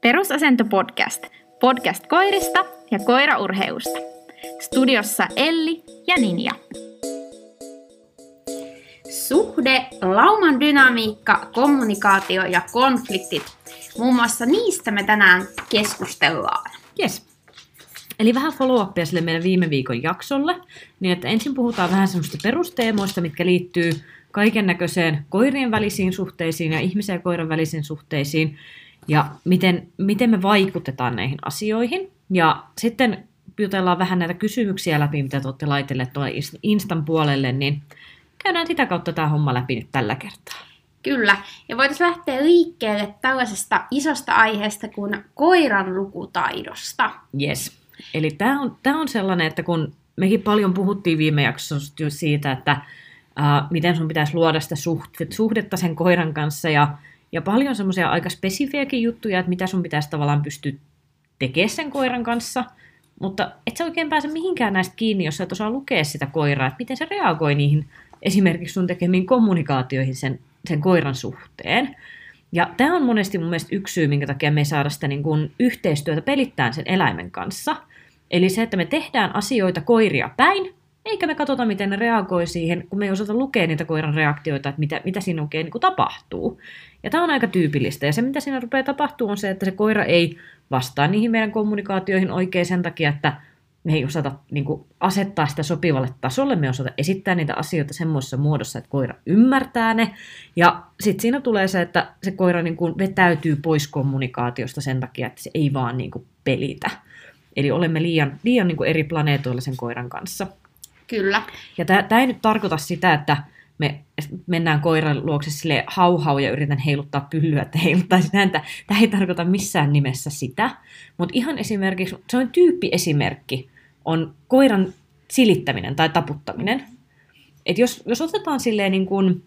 Perusasento podcast. Podcast koirista ja koiraurheusta. Studiossa Elli ja Ninja. Suhde, lauman dynamiikka, kommunikaatio ja konfliktit. Muun muassa niistä me tänään keskustellaan. Yes. Eli vähän follow-upia sille meidän viime viikon jaksolle, niin että ensin puhutaan vähän semmoista perusteemoista, mitkä liittyy kaiken näköiseen koirien välisiin suhteisiin ja ihmisen ja koiran välisiin suhteisiin, ja miten me vaikutetaan näihin asioihin. Ja sitten jutellaan vähän näitä kysymyksiä läpi, mitä te olette laitelleet tuolla Instan puolelle, niin käydään sitä kautta tämä homma läpi nyt tällä kertaa. Kyllä, ja voitaisiin lähteä liikkeelle tällaisesta isosta aiheesta kuin koiran lukutaidosta. Yes. Eli tämä on sellainen, että kun mekin paljon puhuttiin viime jaksossa siitä, että miten sun pitäisi luoda sitä suhdetta sen koiran kanssa, ja paljon semmoisia aika spesifiäkin juttuja, että mitä sun pitäisi tavallaan pystyä tekemään sen koiran kanssa, mutta et sä oikein pääse mihinkään näistä kiinni, jos sä et osaa lukea sitä koiraa, että miten se reagoi niihin esimerkiksi sun tekemiin kommunikaatioihin sen koiran suhteen. Ja tämä on monesti mun mielestä yksi syy, minkä takia me ei saada sitä niin kuin yhteistyötä pelittämään sen eläimen kanssa. Eli se, että me tehdään asioita koiria päin, eikä me katsota, miten ne reagoi siihen, kun me ei osata lukea niitä koiran reaktioita, että mitä siinä oikein niin kuin tapahtuu. Ja tämä on aika tyypillistä. Ja se, mitä siinä rupeaa tapahtuu, on se, että se koira ei vastaa niihin meidän kommunikaatioihin oikein sen takia, että me ei osata niin kuin asettaa sitä sopivalle tasolle, me ei osata esittää niitä asioita semmoisessa muodossa, että koira ymmärtää ne. Ja sitten siinä tulee se, että se koira niin kuin vetäytyy pois kommunikaatiosta sen takia, että se ei vaan niin kuin pelitä. Eli olemme liian niin kuin eri planeetoilla sen koiran kanssa. Kyllä. Ja tämä ei nyt tarkoita sitä, että me mennään koiran luokse silleen hau ja yritän heiluttaa pyllyä, että heiluttaisi häntä. Tämä ei tarkoita missään nimessä sitä. Mutta ihan esimerkiksi, se on tyyppiesimerkki, on koiran silittäminen tai taputtaminen. Et jos otetaan silleen niin kuin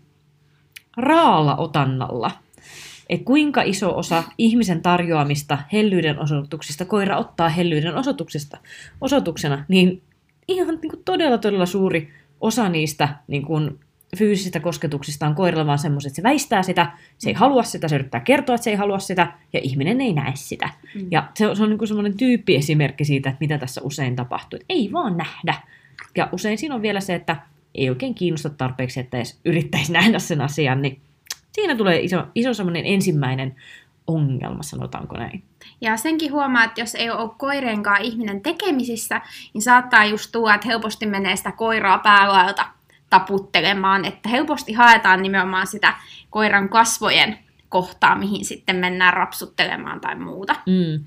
raalla otannalla, että kuinka iso osa ihmisen tarjoamista hellyyden osoituksista koira ottaa hellyyden osoituksena, niin ihan niin kuin todella suuri osa niistä niin kuin fyysisistä kosketuksista on koiralla vaan semmoiset, että se väistää sitä, se ei halua sitä, se yrittää kertoa, että se ei halua sitä, ja ihminen ei näe sitä. Ja se on niin kuin semmoinen tyyppiesimerkki siitä, että mitä tässä usein tapahtuu, että ei vaan nähdä. Ja usein siinä on vielä se, että ei oikein kiinnosta tarpeeksi, että edes yrittäisi nähdä sen asian, niin siinä tulee iso semmoinen ensimmäinen ongelma, sanotaanko näin. Ja senkin huomaa, että jos ei ole koireenkaan ihminen tekemisissä, niin saattaa just tulla, että helposti menee sitä koiraa päälaelta taputtelemaan, että helposti haetaan nimenomaan sitä koiran kasvojen kohtaa, mihin sitten mennään rapsuttelemaan tai muuta.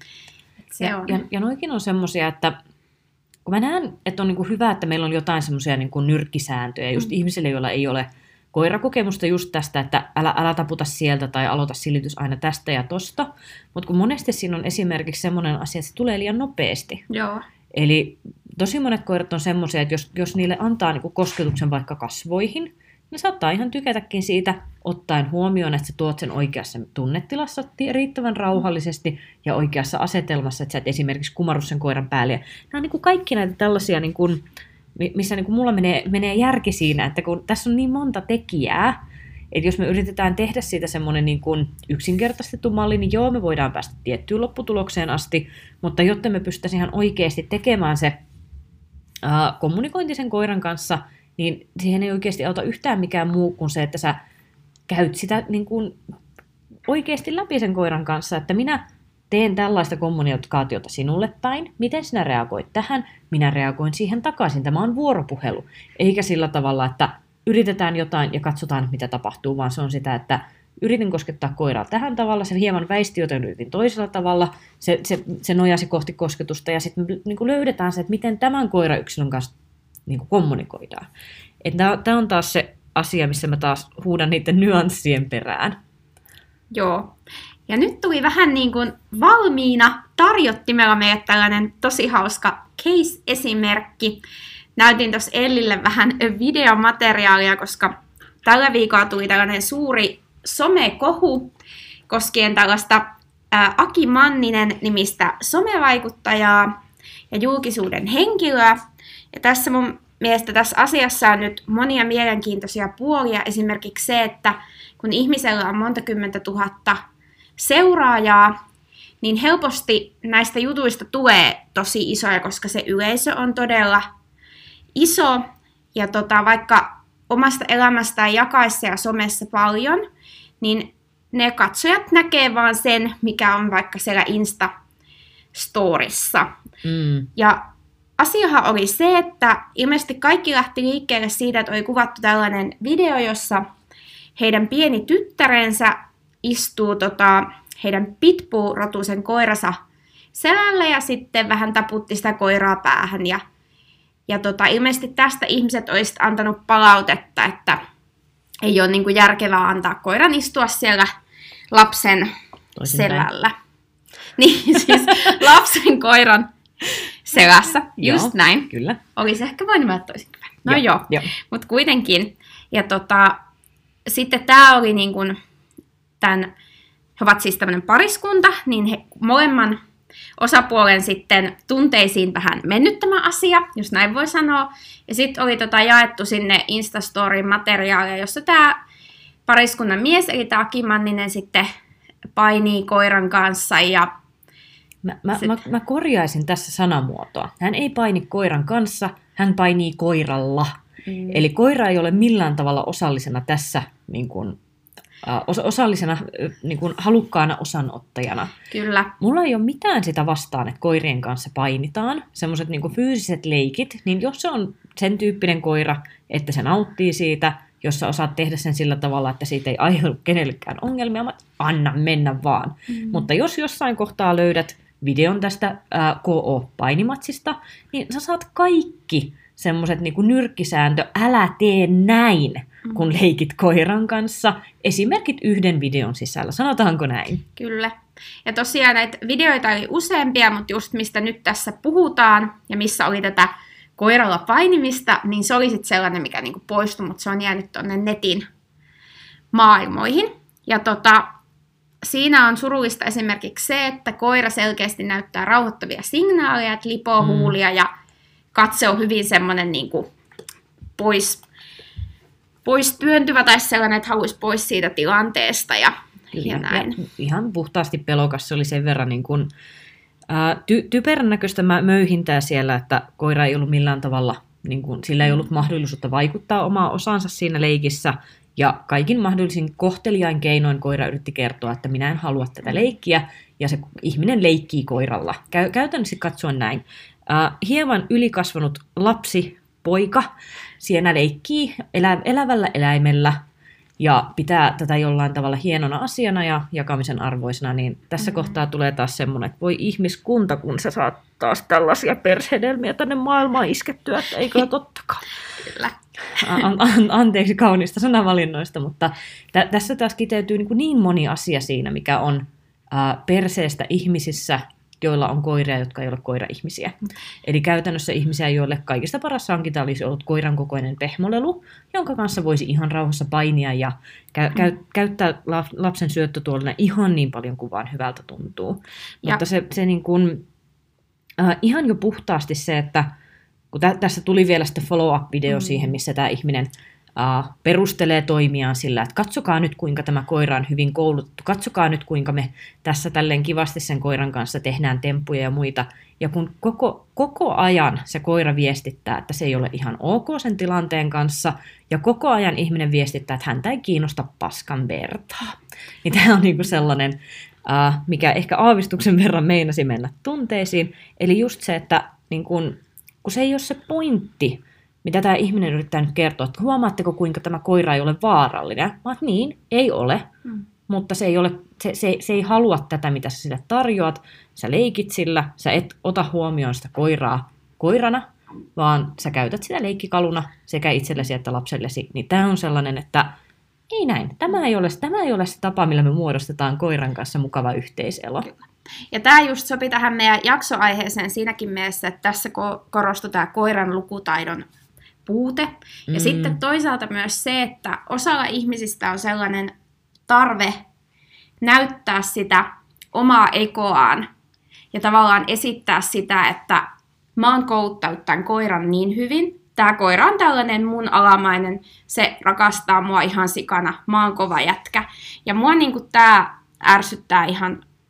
Ja noikin on semmoisia, että kun mä näen, että on niinku hyvä, että meillä on jotain semmoisia niinku nyrkkisääntöjä just ihmisille, joilla ei ole koirakokemusta just tästä, että älä taputa sieltä tai aloita silitys aina tästä ja tosta, mutta kun monesti siinä on esimerkiksi semmoinen asia, että se tulee liian nopeasti. Joo. Eli tosi monet koirat on semmoisia, että jos niille antaa niinku kosketuksen vaikka kasvoihin, ne saattaa ihan tykätäkin siitä, ottaen huomioon, että sä tuot sen oikeassa tunnetilassa riittävän rauhallisesti ja oikeassa asetelmassa, että sä et esimerkiksi kumarru sen koiran päälle. Ja nämä on niinku kaikki näitä tällaisia, niinku, missä niinku mulla menee järki siinä, että kun tässä on niin monta tekijää, että jos me yritetään tehdä siitä semmoinen niin kuin yksinkertaistettu malli, niin joo, me voidaan päästä tiettyyn lopputulokseen asti, mutta jotta me pystyttäisiin ihan oikeasti tekemään se kommunikointi sen koiran kanssa, niin siihen ei oikeasti auta yhtään mikään muu kuin se, että sä käyt sitä niin kuin oikeasti läpi sen koiran kanssa, että minä teen tällaista kommunikaatiota sinulle päin, miten sinä reagoit tähän, minä reagoin siihen takaisin. Tämä on vuoropuhelu, eikä sillä tavalla, että yritetään jotain ja katsotaan, mitä tapahtuu, vaan se on sitä, että yritin koskettaa koiraa tähän tavalla, se hieman väisti, joten yritin toisella tavalla, se nojasi kohti kosketusta, ja sitten niin löydetään se, että miten tämän koirayksilön kanssa niin kommunikoidaan. Tämä on taas se asia, missä mä taas huudan niiden nyanssien perään. Joo. Ja nyt tuli vähän niin kuin valmiina tarjottimella meille tällainen tosi hauska case-esimerkki. Näytin tuossa Ellille vähän videomateriaalia, koska tällä viikolla tuli tällainen suuri somekohu koskien tällaista Aki Manninen nimistä somevaikuttajaa ja julkisuuden henkilöä. Ja tässä mun mielestä tässä asiassa on nyt monia mielenkiintoisia puolia. Esimerkiksi se, että kun ihmisellä on monta kymmentä tuhatta seuraajaa, niin helposti näistä jutuista tulee tosi isoja, koska se yleisö on todella iso. Ja vaikka omasta elämästään jakaisi ja somessa paljon, niin ne katsojat näkee vaan sen, mikä on vaikka siellä Insta-storissa. Ja asiahan oli se, että ilmeisesti kaikki lähti liikkeelle siitä, että oli kuvattu tällainen video, jossa heidän pieni tyttärensä istuu heidän pitbull-rotuisen koiransa selällä ja sitten vähän taputti sitä koiraa päähän. Ja ilmeisesti tästä ihmiset olisivat antanut palautetta, että ei ole niinku järkevää antaa koiran istua siellä lapsen selällä. Niin siis lapsen koiran selässä, just näin. Kyllä. Olisi ehkä voinut mennä toisinpäin. No joo. Mutta kuitenkin. Ja sitten tämä oli niin kuin he ovat siis tämmöinen pariskunta, niin he molemman osapuolen sitten tunteisiin vähän mennyt tämä asia, jos näin voi sanoa. Ja sitten oli jaettu sinne Instastoryin materiaalia, jossa tämä pariskunnan mies, eli tämä Aki Manninen, sitten painii koiran kanssa. Ja mä korjaisin tässä sanamuotoa. Hän ei paini koiran kanssa, hän painii koiralla. Eli koira ei ole millään tavalla osallisena tässä halukkaana osanottajana. Kyllä. Mulla ei ole mitään sitä vastaan, että koirien kanssa painitaan. Semmoiset fyysiset leikit, niin jos se on sen tyyppinen koira, että se nauttii siitä, jos sä osaat tehdä sen sillä tavalla, että siitä ei aiheudu kenellekään ongelmia, anna mennä vaan. Mutta jos jossain kohtaa löydät videon tästä KO-painimatsista, niin sä saat kaikki semmoiset nyrkkisääntö, älä tee näin, kun leikit koiran kanssa. Esimerkit yhden videon sisällä, sanotaanko näin? Kyllä. Ja tosiaan näitä videoita oli useampia, mutta just mistä nyt tässä puhutaan ja missä oli tätä koiralla painimista, niin se oli sitten sellainen, mikä poistui, mutta se on jäänyt tuonne netin maailmoihin. Ja siinä on surullista esimerkiksi se, että koira selkeästi näyttää rauhoittavia signaaleja, että lipoo huulia ja katse on hyvin semmoinen pois työntyvä tai sellainen, että haluaisi pois siitä tilanteesta ja näin. Ja ihan puhtaasti pelokas, se oli sen verran typerän näköistä möyhintää siellä, että koira ei ollut millään tavalla, sillä ei ollut mahdollisuutta vaikuttaa omaa osansa siinä leikissä. Ja kaikin mahdollisin kohteliain keinoin koira yritti kertoa, että minä en halua tätä leikkiä, ja se ihminen leikkii koiralla. Käytännössä katsoen näin. Hieman ylikasvanut lapsi, poika, siinä leikkii elävällä eläimellä ja pitää tätä jollain tavalla hienona asiana ja jakamisen arvoisena, niin tässä kohtaa tulee taas semmoinen, että voi ihmiskunta, kun sä saat taas tällaisia pershedelmiä tänne maailmaan iskettyä, että eikö tottakaan. Kyllä. Anteeksi kauniista sanavalinnoista, mutta tässä taas kiteytyy niin moni asia siinä, mikä on perseestä ihmisissä, joilla on koiria, jotka ei ole koira-ihmisiä. Eli käytännössä ihmisiä, joille kaikista paras hankinta olisi ollut koiran kokoinen pehmolelu, jonka kanssa voisi ihan rauhassa painia ja käyttää lapsen syöttötuolina ihan niin paljon kuin vaan hyvältä tuntuu. Ja. Mutta se ihan jo puhtaasti se, että kun tässä tuli vielä sitten follow-up-video siihen, missä tämä ihminen perustelee toimiaan sillä, että katsokaa nyt, kuinka tämä koira on hyvin koulutettu, katsokaa nyt, kuinka me tässä tälleen kivasti sen koiran kanssa tehdään temppuja ja muita. Ja kun koko ajan se koira viestittää, että se ei ole ihan ok sen tilanteen kanssa, ja koko ajan ihminen viestittää, että häntä ei kiinnosta paskan vertaa. Niin tämä on sellainen, mikä ehkä aavistuksen verran meinasi mennä tunteisiin. Eli just se, että kun se ei ole se pointti, mitä tämä ihminen yrittää nyt kertoa, että huomaatteko, kuinka tämä koira ei ole vaarallinen? Mä oon, niin, ei ole, mutta se ei halua tätä, mitä sä sille tarjoat. Sä leikit sillä, sä et ota huomioon sitä koiraa koirana, vaan sä käytät sitä leikkikaluna sekä itsellesi että lapsellesi. Niin tämä on sellainen, että ei näin. Tämä ei ole se tapa, millä me muodostetaan koiran kanssa mukava yhteiselo. Ja tämä just sopii tähän meidän jaksoaiheeseen siinäkin mielessä, että tässä korostui tämä koiran lukutaidon puute. Ja sitten toisaalta myös se, että osalla ihmisistä on sellainen tarve näyttää sitä omaa ekoaan ja tavallaan esittää sitä, että mä oon kouluttanut tämän koiran niin hyvin. Tämä koira on tällainen mun alamainen, se rakastaa mua ihan sikana, mä oon kova jätkä. Ja mua tämä ärsyttää ihan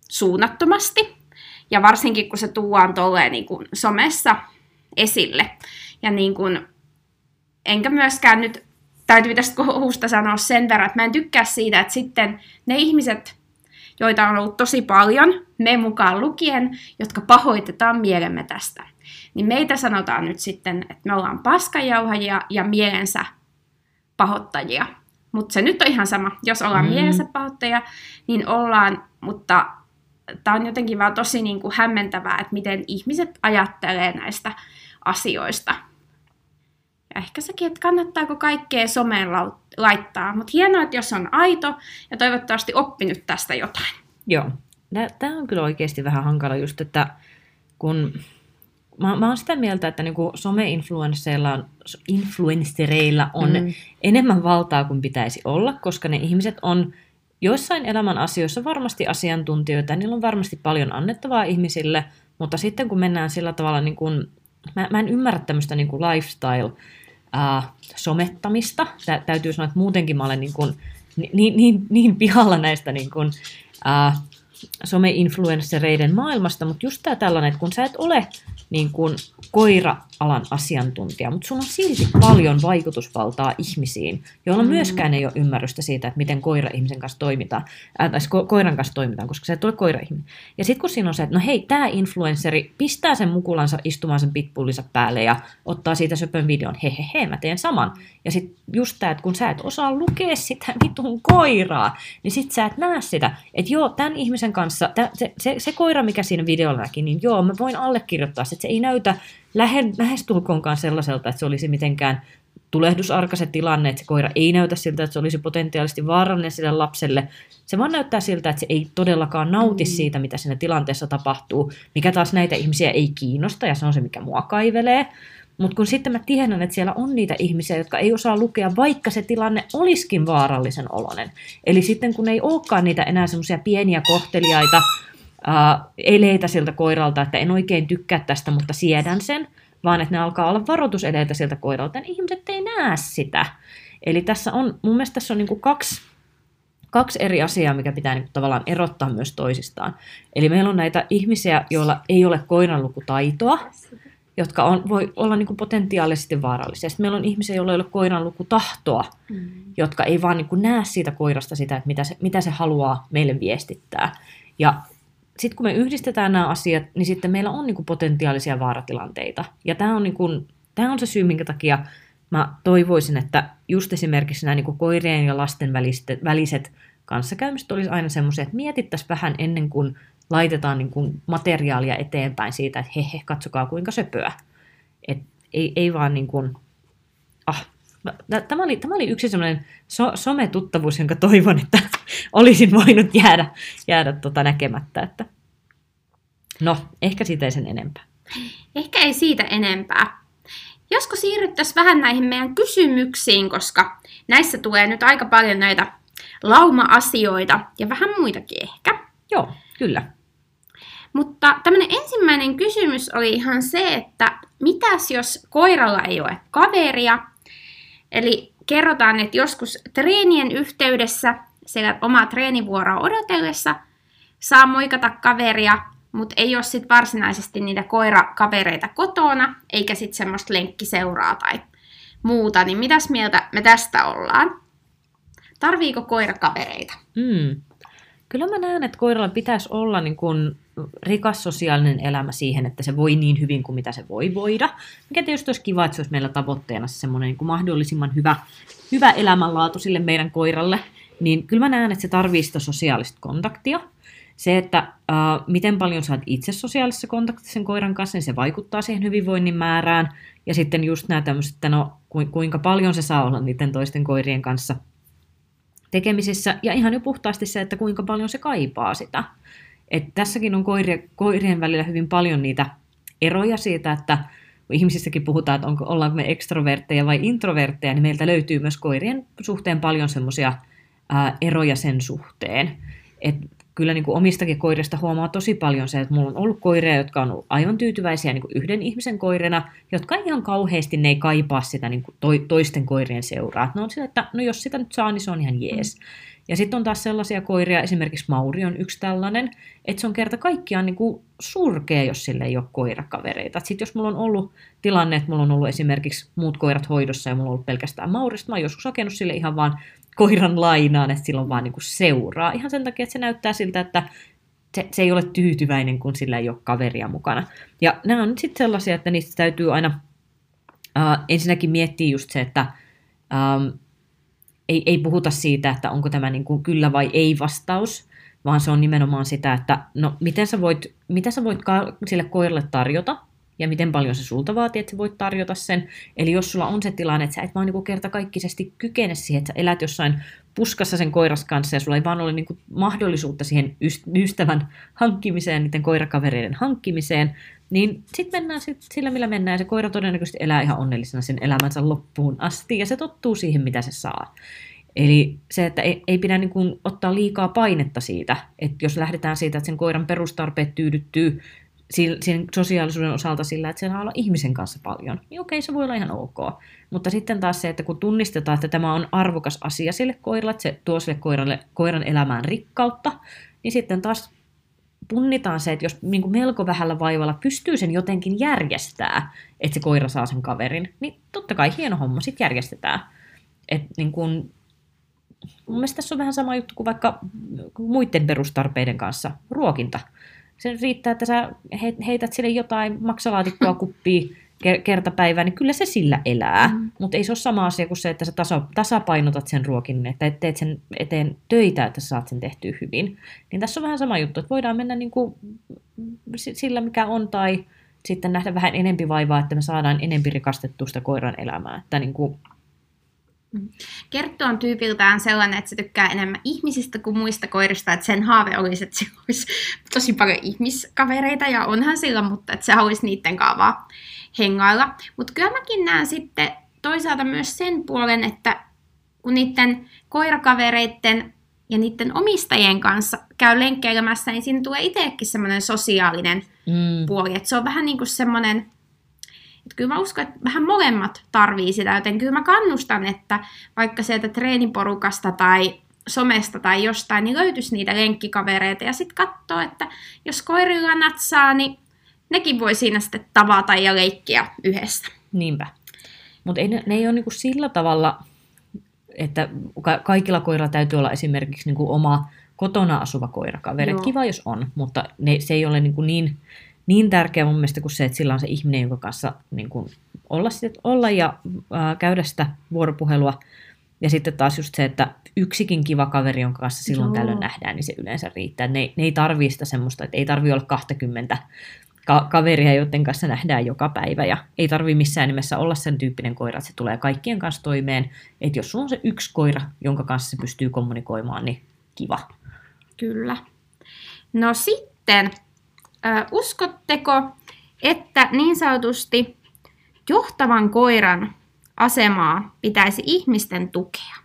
suunnattomasti. Ja varsinkin, kun se tuodaan tolleen niin kuin somessa esille. Ja niin kuin, enkä myöskään nyt, täytyy tästä kohusta sanoa sen verran, että mä en tykkää siitä, että sitten ne ihmiset, joita on ollut tosi paljon, me mukaan lukien, jotka pahoitetaan mielemme tästä. Niin meitä sanotaan nyt sitten, että me ollaan paskanjauhajia ja mielensä pahoittajia. Mutta se nyt on ihan sama, jos ollaan mielensä pahoittajia, niin ollaan, mutta tämä on jotenkin vaan tosi niin kuin hämmentävää, että miten ihmiset ajattelee näistä asioista. Ja ehkä sekin, että kannattaako kaikkea someen laittaa. Mutta hienoa, että jos on aito ja toivottavasti oppinut tästä jotain. Joo. Tämä on kyllä oikeasti vähän hankala just, että kun mä oon sitä mieltä, että niinku some-influenssereilla on enemmän valtaa kuin pitäisi olla, koska ne ihmiset on joissain elämän asioissa varmasti asiantuntijoita, niillä on varmasti paljon annettavaa ihmisille, mutta sitten kun mennään sillä tavalla, niin kun, mä en ymmärrä tämmöistä niin kuin lifestyle-somettamista. Täytyy sanoa, että muutenkin mä olen niin pihalla näistä niin kuin, some-influenssereiden maailmasta, mutta just tämä tällainen, että kun sä et ole niin kuin koira-alan asiantuntija, mutta sun on silti paljon vaikutusvaltaa ihmisiin, joilla myöskään ei ole ymmärrystä siitä, että miten koira-ihmisen kanssa toimitaan, koiran kanssa toimitaan, koska sä et ole koira-ihminen. Ja sitten kun siinä on se, että no hei, tämä influensseri pistää sen mukulansa istumaan sen pitbullinsa päälle ja ottaa siitä söpön videon, hehehe, mä teen saman. Ja sitten just tämä, että kun sä et osaa lukea sitä vitun koiraa, niin sit sä et näe sitä, että joo, tämän ihmisen kanssa, se koira, mikä siinä videolla näki, niin joo, mä voin allekirjoittaa, että se ei näytä lähestulkoonkaan sellaiselta, että se olisi mitenkään tulehdusarka se tilanne, että se koira ei näytä siltä, että se olisi potentiaalisesti vaarallinen sille lapselle. Se vaan näyttää siltä, että se ei todellakaan nauti siitä, mitä siinä tilanteessa tapahtuu, mikä taas näitä ihmisiä ei kiinnosta, ja se on se, mikä mua kaivelee. Mutta kun sitten mä tiedän, että siellä on niitä ihmisiä, jotka ei osaa lukea, vaikka se tilanne olisikin vaarallisen oloinen. Eli sitten kun ei olekaan niitä enää semmoisia pieniä kohteliaita eleitä siltä koiralta, että en oikein tykkää tästä, mutta siedän sen, vaan että ne alkaa olla varoituseleitä siltä koiralta, niin ihmiset ei näe sitä. Eli tässä on, mun mielestä tässä on niin kuin kaksi eri asiaa, mikä pitää niin kuin tavallaan erottaa myös toisistaan. Eli meillä on näitä ihmisiä, joilla ei ole koiranlukutaitoa, jotka voi olla niin kuin potentiaalisesti vaarallisia. Sitten meillä on ihmisiä, joilla ei ole koiranlukutahtoa, jotka ei vaan niin kuin näe siitä koirasta sitä, että mitä se haluaa meille viestittää. Ja sitten kun me yhdistetään nämä asiat, niin sitten meillä on niin kuin potentiaalisia vaaratilanteita. Ja tämä on se syy, minkä takia mä toivoisin, että just esimerkiksi nämä niin kuin koirien ja lasten väliset kanssakäymiset olisi aina semmoisia, että mietittäisiin vähän ennen kuin laitetaan niin kuin materiaalia eteenpäin siitä, että he, katsokaa kuinka söpöä. Et ei vaan niin kuin, Tämä oli yksi semmoinen sometuttavuus, jonka toivon, että olisin voinut jäädä näkemättä. Että. No, ehkä siitä ei sen enempää. Ehkä ei siitä enempää. Josko siirryttäisiin vähän näihin meidän kysymyksiin, koska näissä tulee nyt aika paljon näitä lauma-asioita ja vähän muitakin ehkä. Joo, kyllä. Mutta tämmöinen ensimmäinen kysymys oli ihan se, että mitäs jos koiralla ei ole kaveria? Eli kerrotaan, että joskus treenien yhteydessä, siellä omaa treenivuoroa odotellessa, saa moikata kaveria, mutta ei ole sitten varsinaisesti niitä koirakavereita kotona, eikä sitten semmoista lenkkiseuraa tai muuta. Niin mitäs mieltä me tästä ollaan? Tarviiko koirakavereita? Kyllä mä näen, että koiralla pitäisi olla niin kuin rikas sosiaalinen elämä siihen, että se voi niin hyvin kuin mitä se voi voida. Mikä tietysti olisi kiva, että se olisi meillä tavoitteena se semmoinen niin kuin mahdollisimman hyvä elämänlaatu sille meidän koiralle. Niin kyllä mä näen, että se tarvitsee sitä sosiaalista kontaktia. Se, että miten paljon sä oot itse sosiaalisessa kontaktissa sen koiran kanssa, niin se vaikuttaa siihen hyvinvoinnin määrään. Ja sitten just nämä tämmöiset, että no kuinka paljon se saa olla niiden toisten koirien kanssa tekemisissä. Ja ihan jo puhtaasti se, että kuinka paljon se kaipaa sitä. Et tässäkin on koirien välillä hyvin paljon niitä eroja siitä, että kun ihmisissäkin puhutaan, että ollaanko me ekstrovertteja vai introvertteja, niin meiltä löytyy myös koirien suhteen paljon semmoisia eroja sen suhteen. Et kyllä niin kuin omistakin koirista huomaa tosi paljon se, että mulla on ollut koiria, jotka on ollut aivan tyytyväisiä niin kuin yhden ihmisen koirina, jotka ihan kauheasti ne ei kaipaa sitä niin kuin toisten koirien seuraa. Ne on sillä, että no jos sitä nyt saa, niin se on ihan jees. Ja sitten on taas sellaisia koiria, esimerkiksi Mauri on yksi tällainen, että se on kerta kaikkiaan niin kuin surkea, jos sille ei ole koirakavereita. Sitten jos mulla on ollut tilanne, että mulla on ollut esimerkiksi muut koirat hoidossa ja mulla on ollut pelkästään Maurista, mä oon joskus hakenut sille ihan vaan koiran lainaan, että sillä on vaan niin kuin seuraa. Ihan sen takia, että se näyttää siltä, että se ei ole tyytyväinen, kun sillä ei ole kaveria mukana. Ja nämä on nyt sitten sellaisia, että niistä täytyy aina ensinnäkin miettiä just se, että ei puhuta siitä, että onko tämä niin kuin kyllä vai ei vastaus, vaan se on nimenomaan sitä, että no mitä sä voit sille koiralle tarjota, ja miten paljon se sulta vaatii, että sä voit tarjota sen. Eli jos sulla on se tilanne, että sä et vaan niin kuin kertakaikkisesti kykene siihen, että sä elät jossain puskassa sen koiras kanssa, ja sulla ei vaan ole niin kuin mahdollisuutta siihen ystävän hankkimiseen, niiden koirakavereiden hankkimiseen, niin sitten mennään sillä, millä mennään, ja se koira todennäköisesti elää ihan onnellisena sen elämänsä loppuun asti, ja se tottuu siihen, mitä se saa. Eli se, että ei pidä niin kuin ottaa liikaa painetta siitä, että jos lähdetään siitä, että sen koiran perustarpeet tyydyttyy sen sosiaalisuuden osalta sillä, että se saa olla ihmisen kanssa paljon, niin okei, se voi olla ihan ok. Mutta sitten taas se, että kun tunnistetaan, että tämä on arvokas asia sille koiralle, että se tuo sille koiran elämään rikkautta, niin sitten taas punnitaan se, että jos niin kuin melko vähällä vaivalla pystyy sen jotenkin järjestää, että se koira saa sen kaverin, niin totta kai hieno homma, sitten järjestetään. Että niin kuin, mun mielestä tässä on vähän sama juttu kuin vaikka muiden perustarpeiden kanssa, ruokinta. Se riittää, että sä heität sille jotain maksalaatikkoa kuppia kertapäivään, niin kyllä se sillä elää. Mutta ei se ole sama asia kuin se, että sä tasapainotat sen ruokinnan, että teet sen eteen töitä, että sä saat sen tehtyä hyvin. Niin tässä on vähän sama juttu, että voidaan mennä niin kuin sillä, mikä on, tai sitten nähdä vähän enempi vaivaa, että me saadaan enempi rikastettua sitä koiran elämää. Että niin kuin Kerttu on tyypiltään sellainen, että se tykkää enemmän ihmisistä kuin muista koirista, että sen haave olisi, että se olisi tosi paljon ihmiskavereita, ja onhan sillä, mutta että se haluaisi niiden kanssa vaan hengailla. Mutta kyllä mäkin näen sitten toisaalta myös sen puolen, että kun niiden koirakavereiden ja niiden omistajien kanssa käy lenkkeilemässä, niin siinä tulee itsekin semmoinen sosiaalinen puoli, että se on vähän niin kuin semmoinen, että kyllä mä uskon, että vähän molemmat tarvii sitä, joten kyllä mä kannustan, että vaikka sieltä treeniporukasta tai somesta tai jostain, niin löytyisi niitä lenkkikavereita ja sitten katsoo, että jos koirilla natsaa, niin nekin voi siinä sitten tavata ja leikkiä yhdessä. Niinpä. Mutta ne ei ole niinku sillä tavalla, että kaikilla koirilla täytyy olla esimerkiksi niinku oma kotona asuva koirakaveri. Kiva, jos on, mutta se ei ole niin tärkeä mun mielestä kuin se, että sillä on se ihminen, jonka kanssa niin kuin olla ja käydä sitä vuoropuhelua. Ja sitten taas just se, että yksikin kiva kaveri, jonka kanssa silloin tällöin nähdään, niin se yleensä riittää. Ne ei tarvitse sitä semmoista, että ei tarvitse olla 20 kaveria, joiden kanssa nähdään joka päivä. Ja ei tarvitse missään nimessä olla sen tyyppinen koira, että se tulee kaikkien kanssa toimeen. Että jos sulla on se yksi koira, jonka kanssa se pystyy kommunikoimaan, niin kiva. Kyllä. No sitten, uskotteko, että niin sanotusti johtavan koiran asemaa pitäisi ihmisten tukea?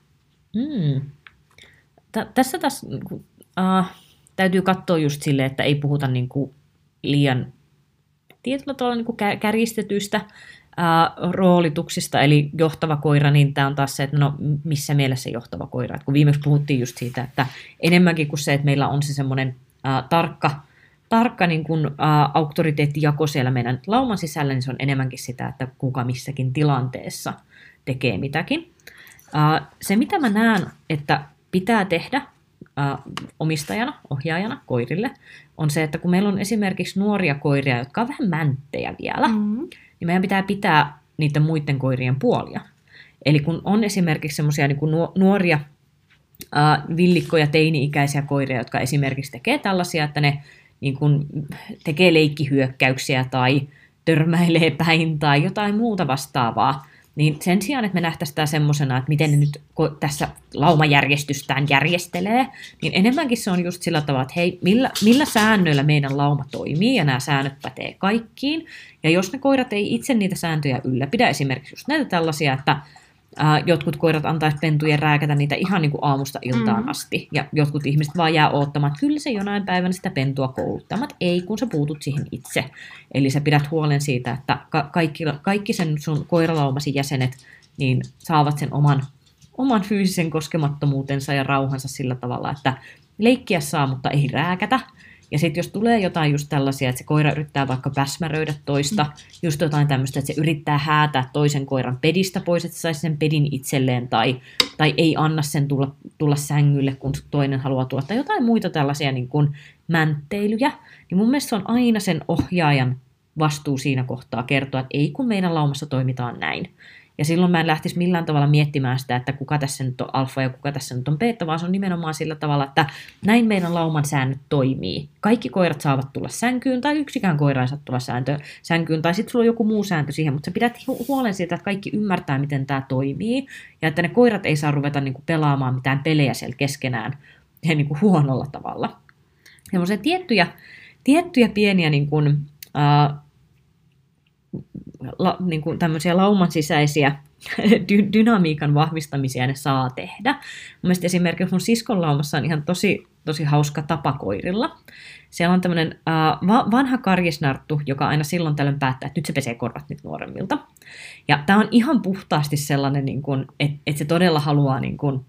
Tässä taas täytyy katsoa just silleen, että ei puhuta niinku liian tietyllä tavalla niinku kärjistetyistä roolituksista, eli johtava koira, niin tämä on taas se, että no missä mielessä johtava koira. Et kun viimeksi puhuttiin just siitä, että enemmänkin kuin se, että meillä on se semmoinen tarkka niin kuin, auktoriteettijako siellä meidän lauman sisällä, niin se on enemmänkin sitä, että kuka missäkin tilanteessa tekee mitäkin. Se, mitä mä näen, että pitää tehdä omistajana, ohjaajana koirille, on se, että kun meillä on esimerkiksi nuoria koiria, jotka on vähän mänttejä vielä, niin meidän pitää pitää niiden muiden koirien puolia. Eli kun on esimerkiksi semmoisia niin kuin nuoria villikkoja, teini-ikäisiä koiria, jotka esimerkiksi tekee tällaisia, että ne niin kun tekee leikkihyökkäyksiä tai törmäilee päin tai jotain muuta vastaavaa, niin sen sijaan, että me nähtäisiin tämä semmoisena, että miten ne nyt tässä laumajärjestystään järjestelee, niin enemmänkin se on just sillä tavalla, että hei, millä säännöillä meidän lauma toimii, ja nämä säännöt pätee kaikkiin. Ja jos ne koirat ei itse niitä sääntöjä ylläpidä, esimerkiksi just näitä tällaisia, että jotkut koirat antaisi pentujen rääkätä niitä ihan niin kuin aamusta iltaan asti, ja jotkut ihmiset vaan jää odottamaan, että kyllä se jonain päivänä sitä pentua kouluttamat, ei kun sä puutut siihen itse. Eli sä pidät huolen siitä, että kaikki sen sun koiralaumasi jäsenet niin saavat sen oman fyysisen koskemattomuutensa ja rauhansa sillä tavalla, että leikkiä saa, mutta ei rääkätä. Ja sitten jos tulee jotain just tällaisia, että se koira yrittää vaikka päsmäröidä toista, just jotain tämmöistä, että se yrittää häätää toisen koiran pedistä pois, että se saisi sen pedin itselleen, tai ei anna sen tulla sängylle, kun toinen haluaa tulla, tai jotain muita tällaisia niin kuin mäntteilyjä, niin mun mielestä se on aina sen ohjaajan vastuu siinä kohtaa kertoa, että ei kun meidän laumassa toimitaan näin. Ja silloin mä en lähtisi millään tavalla miettimään sitä, että kuka tässä nyt on alfa ja kuka tässä nyt on beta, vaan se on nimenomaan sillä tavalla, että näin meidän lauman säännöt toimii. Kaikki koirat saavat tulla sänkyyn tai yksikään koira ei saa tulla sänkyyn tai sitten sulla on joku muu sääntö siihen, mutta sä pidät huolen siitä, että kaikki ymmärtää, miten tämä toimii ja että ne koirat ei saa ruveta niinku pelaamaan mitään pelejä siellä keskenään niinku huonolla tavalla. Semmoisia tiettyjä pieniä niin kuin tämmöisiä lauman sisäisiä dynamiikan vahvistamisia ne saa tehdä. Mun mielestä esimerkiksi mun siskon laumassa on ihan tosi hauska tapa koirilla. Siellä on tämmöinen vanha karjisnarttu, joka aina silloin tällöin päättää, että nyt se pesee korvat nyt nuoremmilta. Ja tää on ihan puhtaasti sellainen, niin että se todella haluaa niin kuin,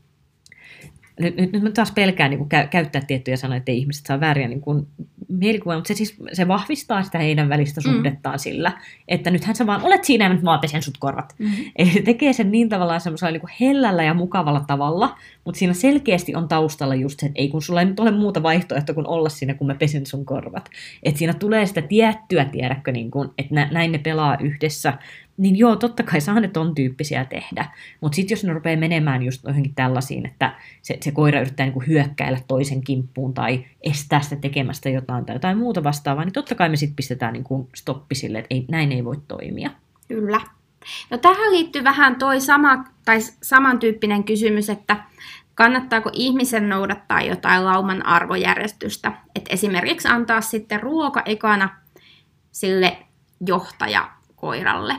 nyt mä taas pelkään niin käyttää tiettyjä sanoja, että ei ihmiset saa vääriä niin mielikuvia, mutta se vahvistaa sitä heidän välistä suhdettaan sillä, että nythän sä vaan olet siinä ja nyt mä pesen sut korvat. Eli se tekee sen niin tavallaan semmoisella niin hellällä ja mukavalla tavalla, mutta siinä selkeästi on taustalla just se, että ei kun sulla ei nyt ole muuta vaihtoehtoa kuin olla siinä, kun mä pesen sun korvat. Että siinä tulee sitä tiettyä, tiedätkö, niin kuin, että näin ne pelaa yhdessä. Niin joo, totta kai saa ne ton tyyppisiä tehdä. Mutta sitten jos ne rupeaa menemään just johonkin tällaisiin, että se koira yrittää niinku hyökkäillä toisen kimppuun tai estää sitä tekemästä jotain tai jotain muuta vastaavaa, niin totta kai me sitten pistetään niinku stoppi sille, että näin ei voi toimia. Kyllä. No tähän liittyy vähän samantyyppinen kysymys, että kannattaako ihmisen noudattaa jotain lauman arvojärjestystä. Että esimerkiksi antaa sitten ruoka ekana sille johtajakoiralle.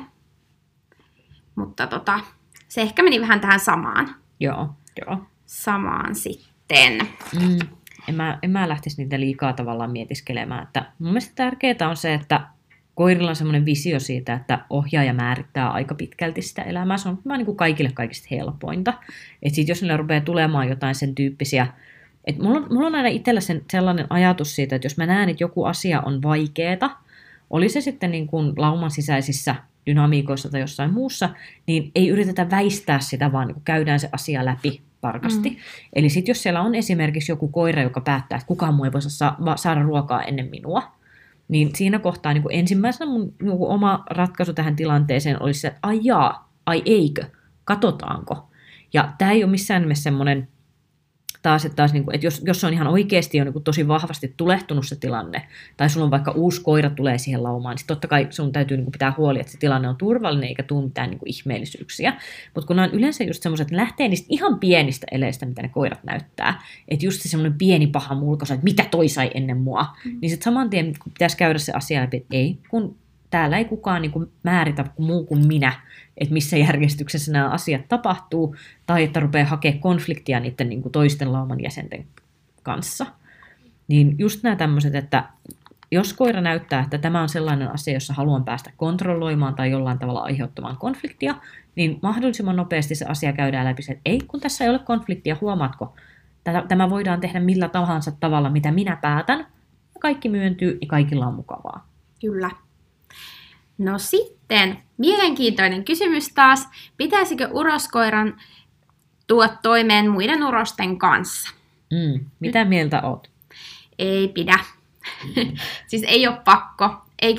Mutta se ehkä meni vähän tähän samaan. Joo. Samaan sitten. En mä lähtisi niitä liikaa tavallaan mietiskelemään. Että mun mielestä tärkeää on se, että koirilla on semmoinen visio siitä, että ohjaaja määrittää aika pitkälti sitä elämää. Se on vaan niin kuin kaikille kaikista helpointa. Että sit jos niillä rupeaa tulemaan jotain sen tyyppisiä. Että mulla on aina itsellä sellainen ajatus siitä, että jos mä näen, että joku asia on vaikeeta, oli se sitten niin kuin lauman sisäisissä dynamiikoissa tai jossain muussa, niin ei yritetä väistää sitä, vaan niin käydään se asia läpi tarkasti. Eli sitten jos siellä on esimerkiksi joku koira, joka päättää, että kukaan muu ei voi saada ruokaa ennen minua, niin siinä kohtaa niin ensimmäisenä mun oma ratkaisu tähän tilanteeseen olisi se, että ai eikö, katsotaanko. Ja tämä ei ole missään nimessä semmoinen, että jos se on ihan oikeasti jo niin tosi vahvasti tulehtunut se tilanne, tai sulla on vaikka uusi koira tulee siihen laumaan, niin totta kai sun täytyy niin pitää huoli, että se tilanne on turvallinen eikä tule mitään niin ihmeellisyyksiä. Mutta kun nämä on yleensä just semmoiset, että lähtee niistä ihan pienistä eleistä, mitä ne koirat näyttää, että just se semmoinen pieni paha mulkaisu, että mitä toi sai ennen mua, niin sitten saman tien kun pitäisi käydä se asia läpi, että ei, kun täällä ei kukaan niin määritä muu kuin minä, että missä järjestyksessä nämä asiat tapahtuu, tai että rupeaa hakemaan konfliktia niiden niin kuin toisten lauman jäsenten kanssa. Niin just nämä tämmöiset, että jos koira näyttää, että tämä on sellainen asia, jossa haluan päästä kontrolloimaan tai jollain tavalla aiheuttamaan konfliktia, niin mahdollisimman nopeasti se asia käydään läpi, että ei, kun tässä ei ole konfliktia, huomaatko, tämä voidaan tehdä millä tahansa tavalla, mitä minä päätän, ja kaikki myöntyy, ja kaikilla on mukavaa. Kyllä. No sitten, mielenkiintoinen kysymys taas. Pitäisikö uroskoiran tuoda toimeen muiden urosten kanssa? Mitä mieltä oot? Ei pidä. Siis ei ole pakko.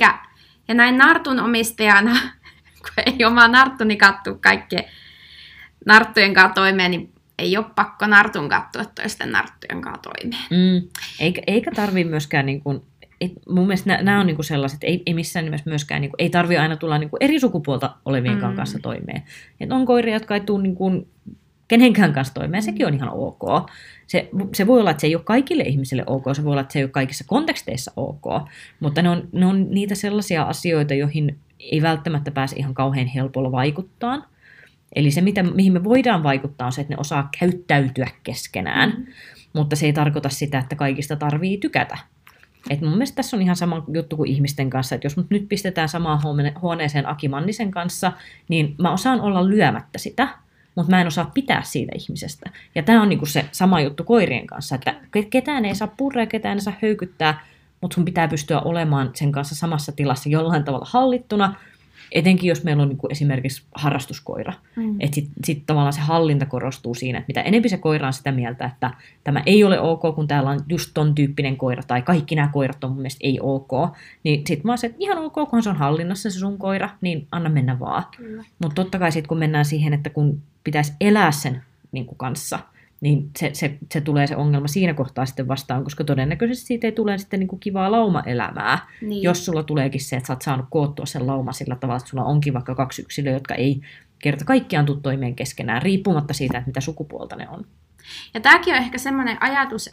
Ja näin nartun omistajana, kun ei oma narttuni kattu kaikkien narttujen kanssa toimeen, niin ei ole pakko nartun kattua toisten narttujen kanssa toimeen. Eikä tarvitse myöskään niin kuin mun mielestä nämä on niinku sellaiset, ei missään nimessä myöskään, niinku, ei tarvitse aina tulla niinku eri sukupuolta olevien kanssa toimeen. Et on koiria, jotka ei tule niinku kenenkään kanssa toimeen, sekin on ihan ok. Se voi olla, että se ei ole kaikille ihmisille ok, se voi olla, että se ei ole kaikissa konteksteissa ok, mutta ne on niitä sellaisia asioita, joihin ei välttämättä pääse ihan kauhean helpolla vaikuttaa. Eli se, mihin me voidaan vaikuttaa, on se, että ne osaa käyttäytyä keskenään, mutta se ei tarkoita sitä, että kaikista tarvii tykätä. Et mun mielestä tässä on ihan sama juttu kuin ihmisten kanssa, että jos mut nyt pistetään samaan huoneeseen Aki Mannisen kanssa, niin mä osaan olla lyömättä sitä, mutta mä en osaa pitää siitä ihmisestä. Ja tämä on niinku se sama juttu koirien kanssa, että ketään ei saa purrea, ketään ei saa höykyttää, mutta sun pitää pystyä olemaan sen kanssa samassa tilassa jollain tavalla hallittuna, etenkin jos meillä on niinku esimerkiksi harrastuskoira. Että sit tavallaan se hallinta korostuu siinä, että mitä enemmän se koira on sitä mieltä, että tämä ei ole ok, kun täällä on just ton tyyppinen koira, tai kaikki nämä koirat on mun mielestä ei ok, niin sit mä oon se, että ihan ok, kun se on hallinnassa se sun koira, niin anna mennä vaan. Mutta totta kai sit kun mennään siihen, että kun pitäisi elää sen niinku kanssa, niin se tulee se ongelma siinä kohtaa sitten vastaan, koska todennäköisesti siitä ei tule sitten niinku kivaa laumaelämää, jos sulla tuleekin se, että sä oot saanut koottua sen lauma sillä tavalla, että sulla onkin vaikka 2 yksilöä, jotka ei kerta kaikkiaan tule toimeen keskenään, riippumatta siitä, että mitä sukupuolta ne on. Ja tämäkin on ehkä semmoinen ajatus,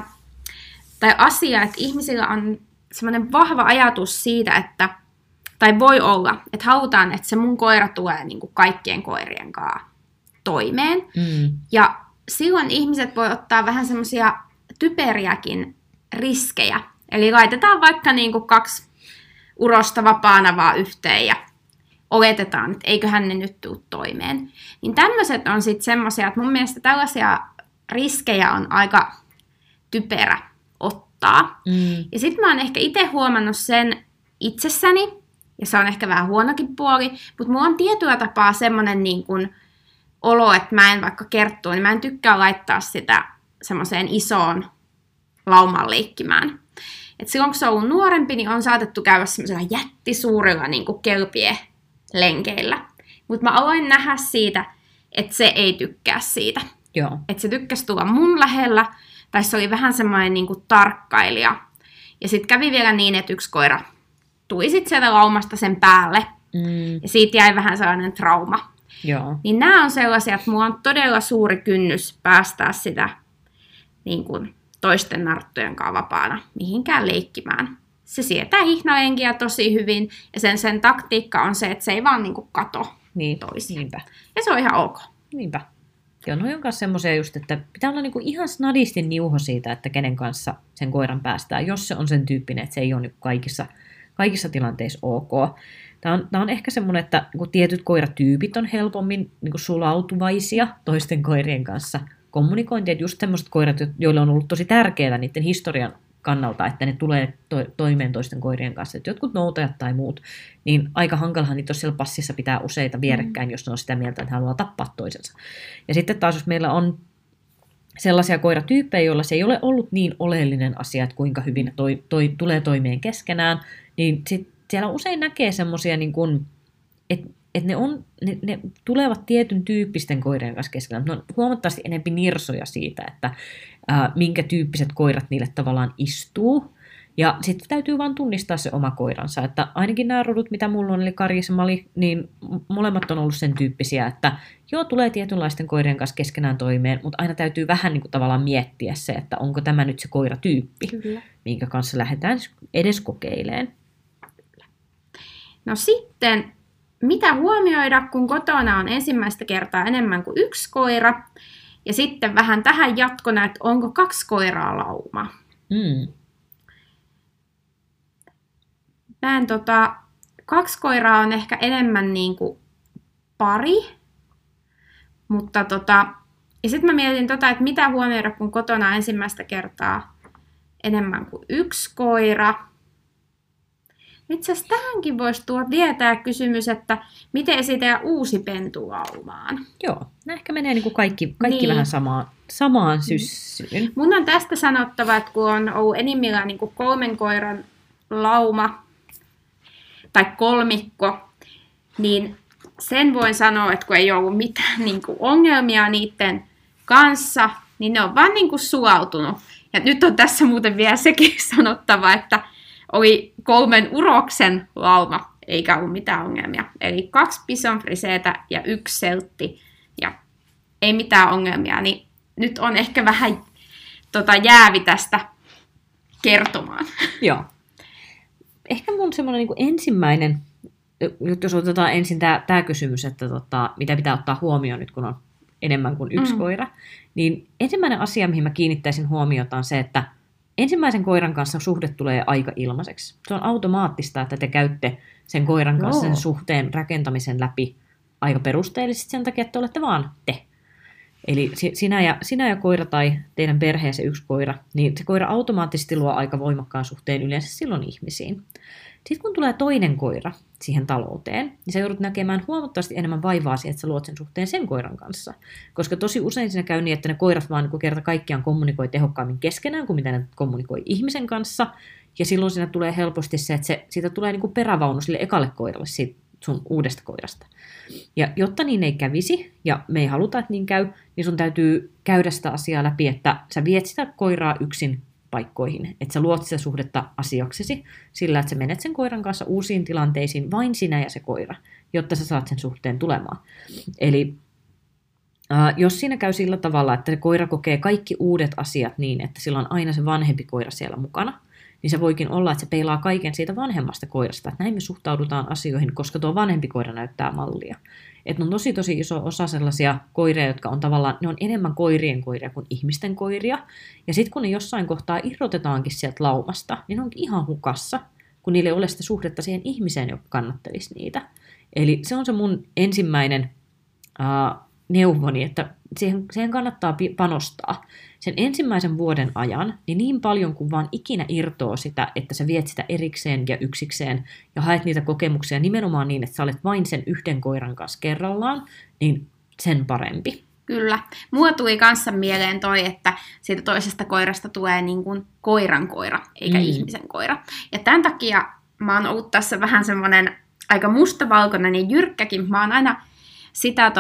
tai asia, että ihmisillä on semmoinen vahva ajatus siitä, että, tai voi olla, että halutaan, että se mun koira tulee niin kuin kaikkien koirien kanssa toimeen. Ja silloin ihmiset voi ottaa vähän semmoisia typeriäkin riskejä. Eli laitetaan vaikka niin kuin 2 urosta vapaana vaan yhteen ja oletetaan, että eiköhän ne nyt tule toimeen. Niin tämmöiset on sitten semmoisia, että mun mielestä tällaisia riskejä on aika typerä ottaa. Ja sitten mä oon ehkä itse huomannut sen itsessäni, ja se on ehkä vähän huonokin puoli, mutta mulla on tietyllä tapaa semmoinen niin kuin olo, että mä en vaikka kertoo, niin mä en tykkää laittaa sitä semmoiseen isoon laumaan leikkimään. Et silloin kun se on ollut nuorempi, niin on saatettu käydä semmoisella jättisuurilla niin kuin kelpie-lenkeillä. Mutta mä aloin nähdä siitä, että se ei tykkää siitä. Että se tykkäsi tulla mun lähellä, tai se oli vähän semmoinen niin kuin tarkkailija. Ja sitten kävi vielä niin, että yksi koira tuli sitten sieltä laumasta sen päälle, ja siitä jäi vähän sellainen trauma. Niin nämä on sellaisia, että mulla on todella suuri kynnys päästää sitä niin kuin toisten narttujen kanssa vapaana mihinkään leikkimään. Se sietää hihnalenkiä tosi hyvin, ja sen taktiikka on se, että se ei vaan niin kuin kato toisiin. Niinpä. Ja se on ihan ok. Niinpä. Joo, no on myös semmoisia just, että pitää olla niinku ihan snadisti niuho siitä, että kenen kanssa sen koiran päästään, jos se on sen tyyppinen, että se ei ole niinku kaikissa tilanteissa ok. Tämä on ehkä semmoinen, että kun tietyt koiratyypit on helpommin niin kuin sulautuvaisia toisten koirien kanssa kommunikointia, että just semmoiset koirat, joille on ollut tosi tärkeää niiden historian kannalta, että ne tulee toimeen toisten koirien kanssa, että jotkut noutajat tai muut, niin aika hankalahan niitä siellä passissa pitää useita vierekkäin, jos ne on sitä mieltä, että haluaa tappaa toisensa. Ja sitten taas, jos meillä on sellaisia koiratyyppejä, joilla se ei ole ollut niin oleellinen asia, että kuinka hyvin ne tulee toimeen keskenään, niin sitten siellä usein näkee semmoisia, niin että ne tulevat tietyn tyyppisten koirien kanssa keskellä. Ne on huomattavasti enemmän nirsoja siitä, että minkä tyyppiset koirat niille tavallaan istuu. Ja sitten täytyy vaan tunnistaa se oma koiransa. Että ainakin nämä rodut, mitä mulla on, eli Karjis ja Mali, niin molemmat on ollut sen tyyppisiä, että joo, tulee tietynlaisten koirien kanssa keskenään toimeen, mutta aina täytyy vähän niin kuin tavallaan miettiä se, että onko tämä nyt se koiratyyppi, minkä kanssa lähdetään edes kokeilemaan. No sitten, mitä huomioida, kun kotona on ensimmäistä kertaa enemmän kuin 1 koira? Ja sitten vähän tähän jatkona, että onko 2 koiraa lauma? Mä en 2 koiraa on ehkä enemmän niin kuin pari. Mutta ja sitten mä mietin että mitä huomioida, kun kotona on ensimmäistä kertaa enemmän kuin 1 koira. Itse asiassa tähänkin voisi tietää kysymys, että miten esitellä uusi pentu laumaan. Joo, nämä ehkä menee niin kuin kaikki vähän samaan syssyyn. Mun on tästä sanottava, että kun on ollut enimmillään niin kuin 3 koiran lauma tai kolmikko, niin sen voin sanoa, että kun ei ollut mitään niin kuin ongelmia niiden kanssa, niin ne on vaan niin kuin sulautunut. Ja nyt on tässä muuten vielä sekin sanottava, että oli 3 uroksen lauma, eikä ollut mitään ongelmia. Eli 2 bison friseetä ja 1 seltti, ja ei mitään ongelmia. Niin nyt on ehkä vähän jäävi tästä kertomaan. Joo. Ehkä mun semmoinen niin kuin ensimmäinen, jos otetaan ensin tämä kysymys, että mitä pitää ottaa huomioon nyt, kun on enemmän kuin 1 koira, niin ensimmäinen asia, mihin mä kiinnittäisin huomiota, on se, että ensimmäisen koiran kanssa suhde tulee aika ilmaiseksi. Se on automaattista, että te käytte sen koiran kanssa sen suhteen rakentamisen läpi aika perusteellisesti sen takia, että olette vaan te. Eli sinä ja koira tai teidän perheessä yksi koira, niin se koira automaattisesti luo aika voimakkaan suhteen yleensä silloin ihmisiin. Sitten kun tulee toinen koira siihen talouteen, niin sä joudut näkemään huomattavasti enemmän vaivaa siihen, että sä luot sen suhteen sen koiran kanssa. Koska tosi usein siinä käy niin, että ne koirat vaan niin kerta kaikkiaan kommunikoi tehokkaammin keskenään kuin mitä ne kommunikoi ihmisen kanssa. Ja silloin siinä tulee helposti se, että siitä tulee niin kuin perävaunu sille ekalle koiralle siitä sun uudesta koirasta. Ja jotta niin ei kävisi, ja me ei haluta, että niin käy, niin sun täytyy käydä sitä asiaa läpi, että sä viet sitä koiraa yksin paikkoihin, että sä luot sitä suhdetta asiaksesi sillä, että sä menet sen koiran kanssa uusiin tilanteisiin, vain sinä ja se koira, jotta sä saat sen suhteen tulemaan. Eli jos siinä käy sillä tavalla, että se koira kokee kaikki uudet asiat niin, että sillä on aina se vanhempi koira siellä mukana, niin se voikin olla, että se peilaa kaiken siitä vanhemmasta koirasta, että näin me suhtaudutaan asioihin, koska tuo vanhempi koira näyttää mallia. Että on tosi iso osa sellaisia koiria, jotka on tavallaan, ne on enemmän koirien koiria kuin ihmisten koiria. Ja sitten kun ne jossain kohtaa irrotetaankin sieltä laumasta, niin ne onkin ihan hukassa, kun niille ei ole sitä suhdetta siihen ihmiseen, joka kannattelisi niitä. Eli se on se mun ensimmäinen neuvoni, että siihen kannattaa panostaa sen ensimmäisen vuoden ajan niin paljon kuin vaan ikinä irtoaa sitä, että sä viet sitä erikseen ja yksikseen ja haet niitä kokemuksia nimenomaan niin, että sä olet vain sen yhden koiran kanssa kerrallaan, niin sen parempi. Kyllä. Mua tuli kanssa mieleen toi, että siitä toisesta koirasta tulee niin kuin koiran koira, eikä ihmisen koira. Ja tämän takia mä oon ollut tässä vähän semmoinen aika mustavalkoinen ja jyrkkäkin. Mä oon aina sitä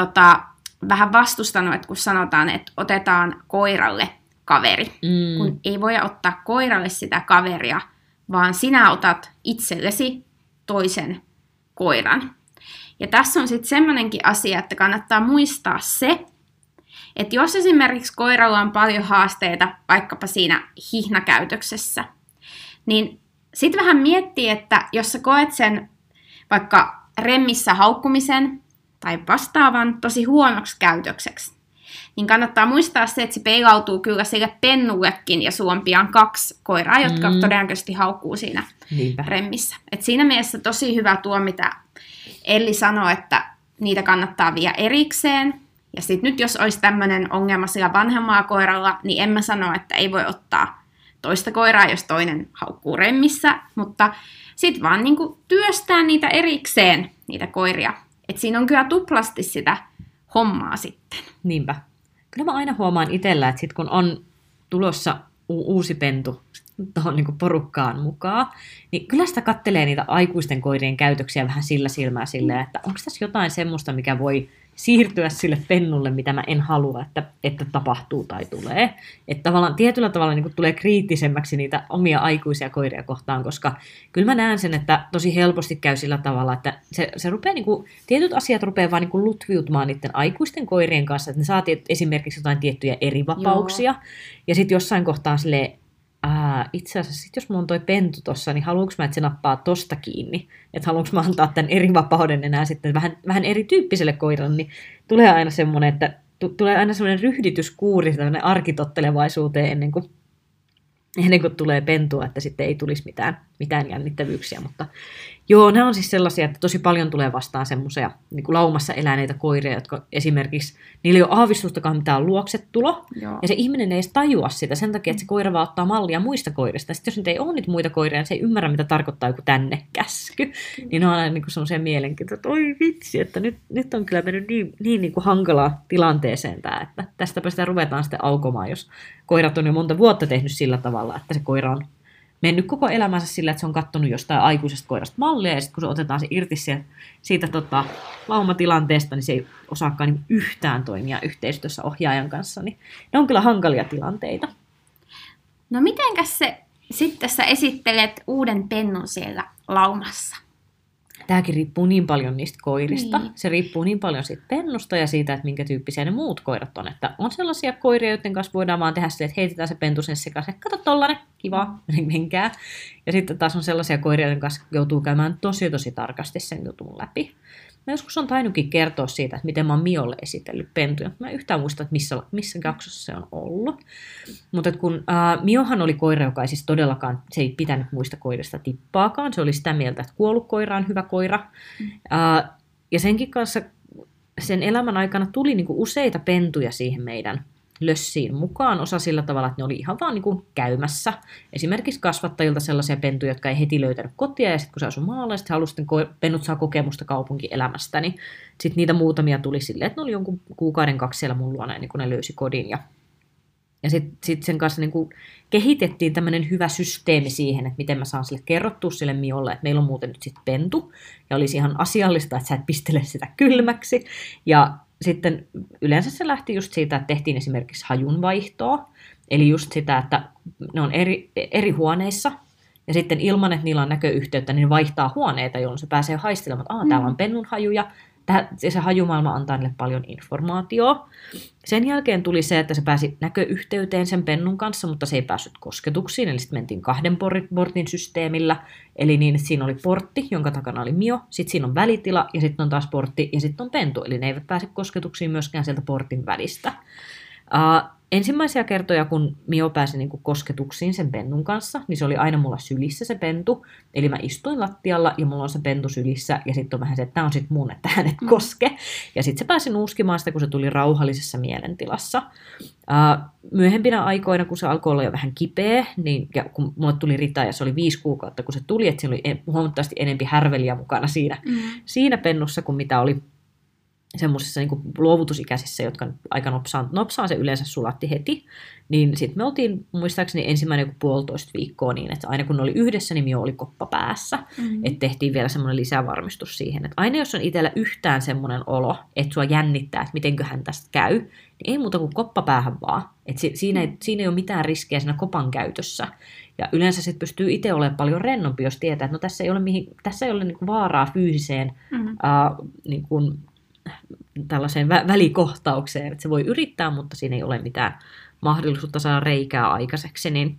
vähän vastustanut, että kun sanotaan, että otetaan koiralle kaveri, kun ei voi ottaa koiralle sitä kaveria, vaan sinä otat itsellesi toisen koiran. Ja tässä on sitten semmoinenkin asia, että kannattaa muistaa se, että jos esimerkiksi koiralla on paljon haasteita vaikkapa siinä hihnakäytöksessä, niin sitten vähän miettii, että jos sä koet sen vaikka remmissä haukkumisen tai vastaavan tosi huonoksi käytökseksi, niin kannattaa muistaa se, että se peilautuu kyllä sille pennullekin, ja sulla on pian 2 koiraa, jotka todennäköisesti haukkuu siinä remmissä. Et siinä mielessä tosi hyvä tuo, mitä Elli sanoi, että niitä kannattaa viedä erikseen. Ja sitten nyt jos olisi tämmöinen ongelma sillä vanhemmalla koiralla, niin en mä sano, että ei voi ottaa toista koiraa, jos toinen haukkuu remmissä, mutta sitten vaan niinku työstää niitä erikseen, niitä koiria. Että siinä on kyllä tuplasti sitä hommaa sitten. Niinpä. Kyllä mä aina huomaan itsellä, että sit kun on tulossa uusi pentu tuohon niin porukkaan mukaan, niin kyllä sitä kattelee niitä aikuisten koirien käytöksiä vähän sillä silmää silleen, että onko tässä jotain semmoista, mikä voi siirtyä sille pennulle, mitä mä en halua, että tapahtuu tai tulee. Että tavallaan tietyllä tavalla niin tulee kriittisemmäksi niitä omia aikuisia koiria kohtaan, koska kyllä mä näen sen, että tosi helposti käy sillä tavalla, että se rupeaa, niin kuin, tietyt asiat rupeaa vaan niin lutviutumaan niiden aikuisten koirien kanssa, että ne saa esimerkiksi jotain tiettyjä erivapauksia, ja sitten jossain kohtaa silleen, itse asiassa, jos mulla on toi pentu tossa, niin haluanko mä, että se nappaa tosta kiinni? Että haluanko mä antaa tämän eri vapauden enää sitten vähän erityyppiselle koiralle, niin tulee aina semmoinen, että tulee aina semmoinen ryhdityskuuri, tämmöinen arkitottelevaisuuteen ennen kuin tulee pentua, että sitten ei tulisi mitään jännittävyyksiä. Mutta joo, nämä on siis sellaisia, että tosi paljon tulee vastaan semmoisia niin kuin laumassa eläneitä koiria, jotka esimerkiksi, niillä ei ole aavistustakaan mitään luoksetulo, ja se ihminen ei edes tajua sitä sen takia, että se koira vaan ottaa mallia muista koirista. Sitten jos nyt ei ole niitä muita koiria, niin se ei ymmärrä, mitä tarkoittaa joku tänne käsky. Niin ne on aina niin kuin semmoisia mielenkiintoisia, että oi vitsi, että nyt on kyllä mennyt niin kuin hankalaan tilanteeseen tämä, että tästäpä sitä ruvetaan sitten aukomaan, jos koirat on jo monta vuotta tehnyt sillä tavalla, että se koira on mennyt koko elämänsä sillä, että se on katsonut jostain aikuisesta koirasta mallia, ja sitten kun se otetaan se irti siitä laumatilanteesta, niin se ei osaakaan niin yhtään toimia yhteistyössä ohjaajan kanssa. Niin ne on kyllä hankalia tilanteita. No mitenkäs sitten sä esittelet uuden pennun siellä laumassa? Tämäkin riippuu niin paljon niistä koirista. Niin. Se riippuu niin paljon siitä pennusta ja siitä, että minkä tyyppisiä ne muut koirat on. Että on sellaisia koiria, joiden kanssa voidaan vaan tehdä se, että heitetään se pentu sen sekaisin. Kato tollanen, kiva, menkää. Ja sitten taas on sellaisia koiria, joiden kanssa joutuu käymään tosi tarkasti sen jutun läpi. Mä joskus on tainnutkin kertoa siitä, että miten mä oon Miolle esitellyt pentuja. Mä en yhtään muista, että missä jaksossa se on ollut. Mutta kun Miohan oli koira, joka ei siis todellakaan, se ei pitänyt muista koirista tippaakaan. Se oli sitä mieltä, että kuollut koira on hyvä koira. Ja senkin kanssa sen elämän aikana tuli niin kuin useita pentuja siihen meidän lössiin mukaan. Osa sillä tavalla, että ne oli ihan vaan niin kuin käymässä. Esimerkiksi kasvattajilta sellaisia pentuja, jotka ei heti löytänyt kotia, ja sitten kun se asui maalla, ja sitten halusi, että pennut saa kokemusta kaupunkielämästä, niin sitten niitä muutamia tuli silleen, että ne oli jonkun kuukauden 2 siellä mun luona, ennen kuin ne löysi kodin. Ja sitten sen kanssa niin kuin kehitettiin tämmöinen hyvä systeemi siihen, että miten mä saan sille kerrottua sille Miolle, että meillä on muuten nyt sitten pentu, ja olisi ihan asiallista, että sä et pistele sitä kylmäksi. Ja sitten yleensä se lähti just siitä, että tehtiin esimerkiksi hajunvaihtoa, eli just sitä, että ne on eri huoneissa, ja sitten ilman, että niillä on näköyhteyttä, niin ne vaihtaa huoneita, jolloin se pääsee haistelemaan, että täällä on pennun hajuja. Se hajumaailma antaa niille paljon informaatiota. Sen jälkeen tuli se, että se pääsi näköyhteyteen sen pennun kanssa, mutta se ei päässyt kosketuksiin, eli sitten mentiin 2 portin systeemillä, eli niin, että siinä oli portti, jonka takana oli Mio, sitten siinä on välitila, ja sitten on taas portti, ja sitten on pentu, eli ne eivät pääse kosketuksiin myöskään sieltä portin välistä. Ensimmäisiä kertoja, kun Mio pääsi niin kuin kosketuksiin sen pennun kanssa, niin se oli aina mulla sylissä se pentu. Eli mä istuin lattialla ja mulla on se pentu sylissä ja sitten on vähän se, että tämä on sitten mun, että hänet koske. Ja sitten se pääsi nuuskimaan sitä, kun se tuli rauhallisessa mielentilassa. Myöhempinä aikoina, kun se alkoi olla jo vähän kipeä, niin, ja kun mulle tuli rita ja se oli 5 kuukautta, kun se tuli, että siinä oli huomattavasti enempi härveliä mukana siinä pennussa kuin mitä oli semmoisissa niin luovutusikäisissä, jotka aika nopsaan se yleensä sulatti heti, niin sitten me oltiin muistaakseni ensimmäinen 1,5 viikkoa niin, että aina kun ne oli yhdessä, niin Mio oli koppa päässä, että tehtiin vielä semmoinen lisävarmistus siihen, että aina jos on itsellä yhtään semmoinen olo, että sua jännittää, että mitenköhän tästä käy, niin ei muuta kuin koppa päähän vaan, että siinä ei ole mitään riskejä siinä kopan käytössä, ja yleensä sitten pystyy itse olemaan paljon rennompi, jos tietää, että no tässä ei ole niin kuin vaaraa fyysiseen niin kuin tällaiseen välikohtaukseen, että se voi yrittää, mutta siinä ei ole mitään mahdollisuutta saada reikää aikaiseksi, niin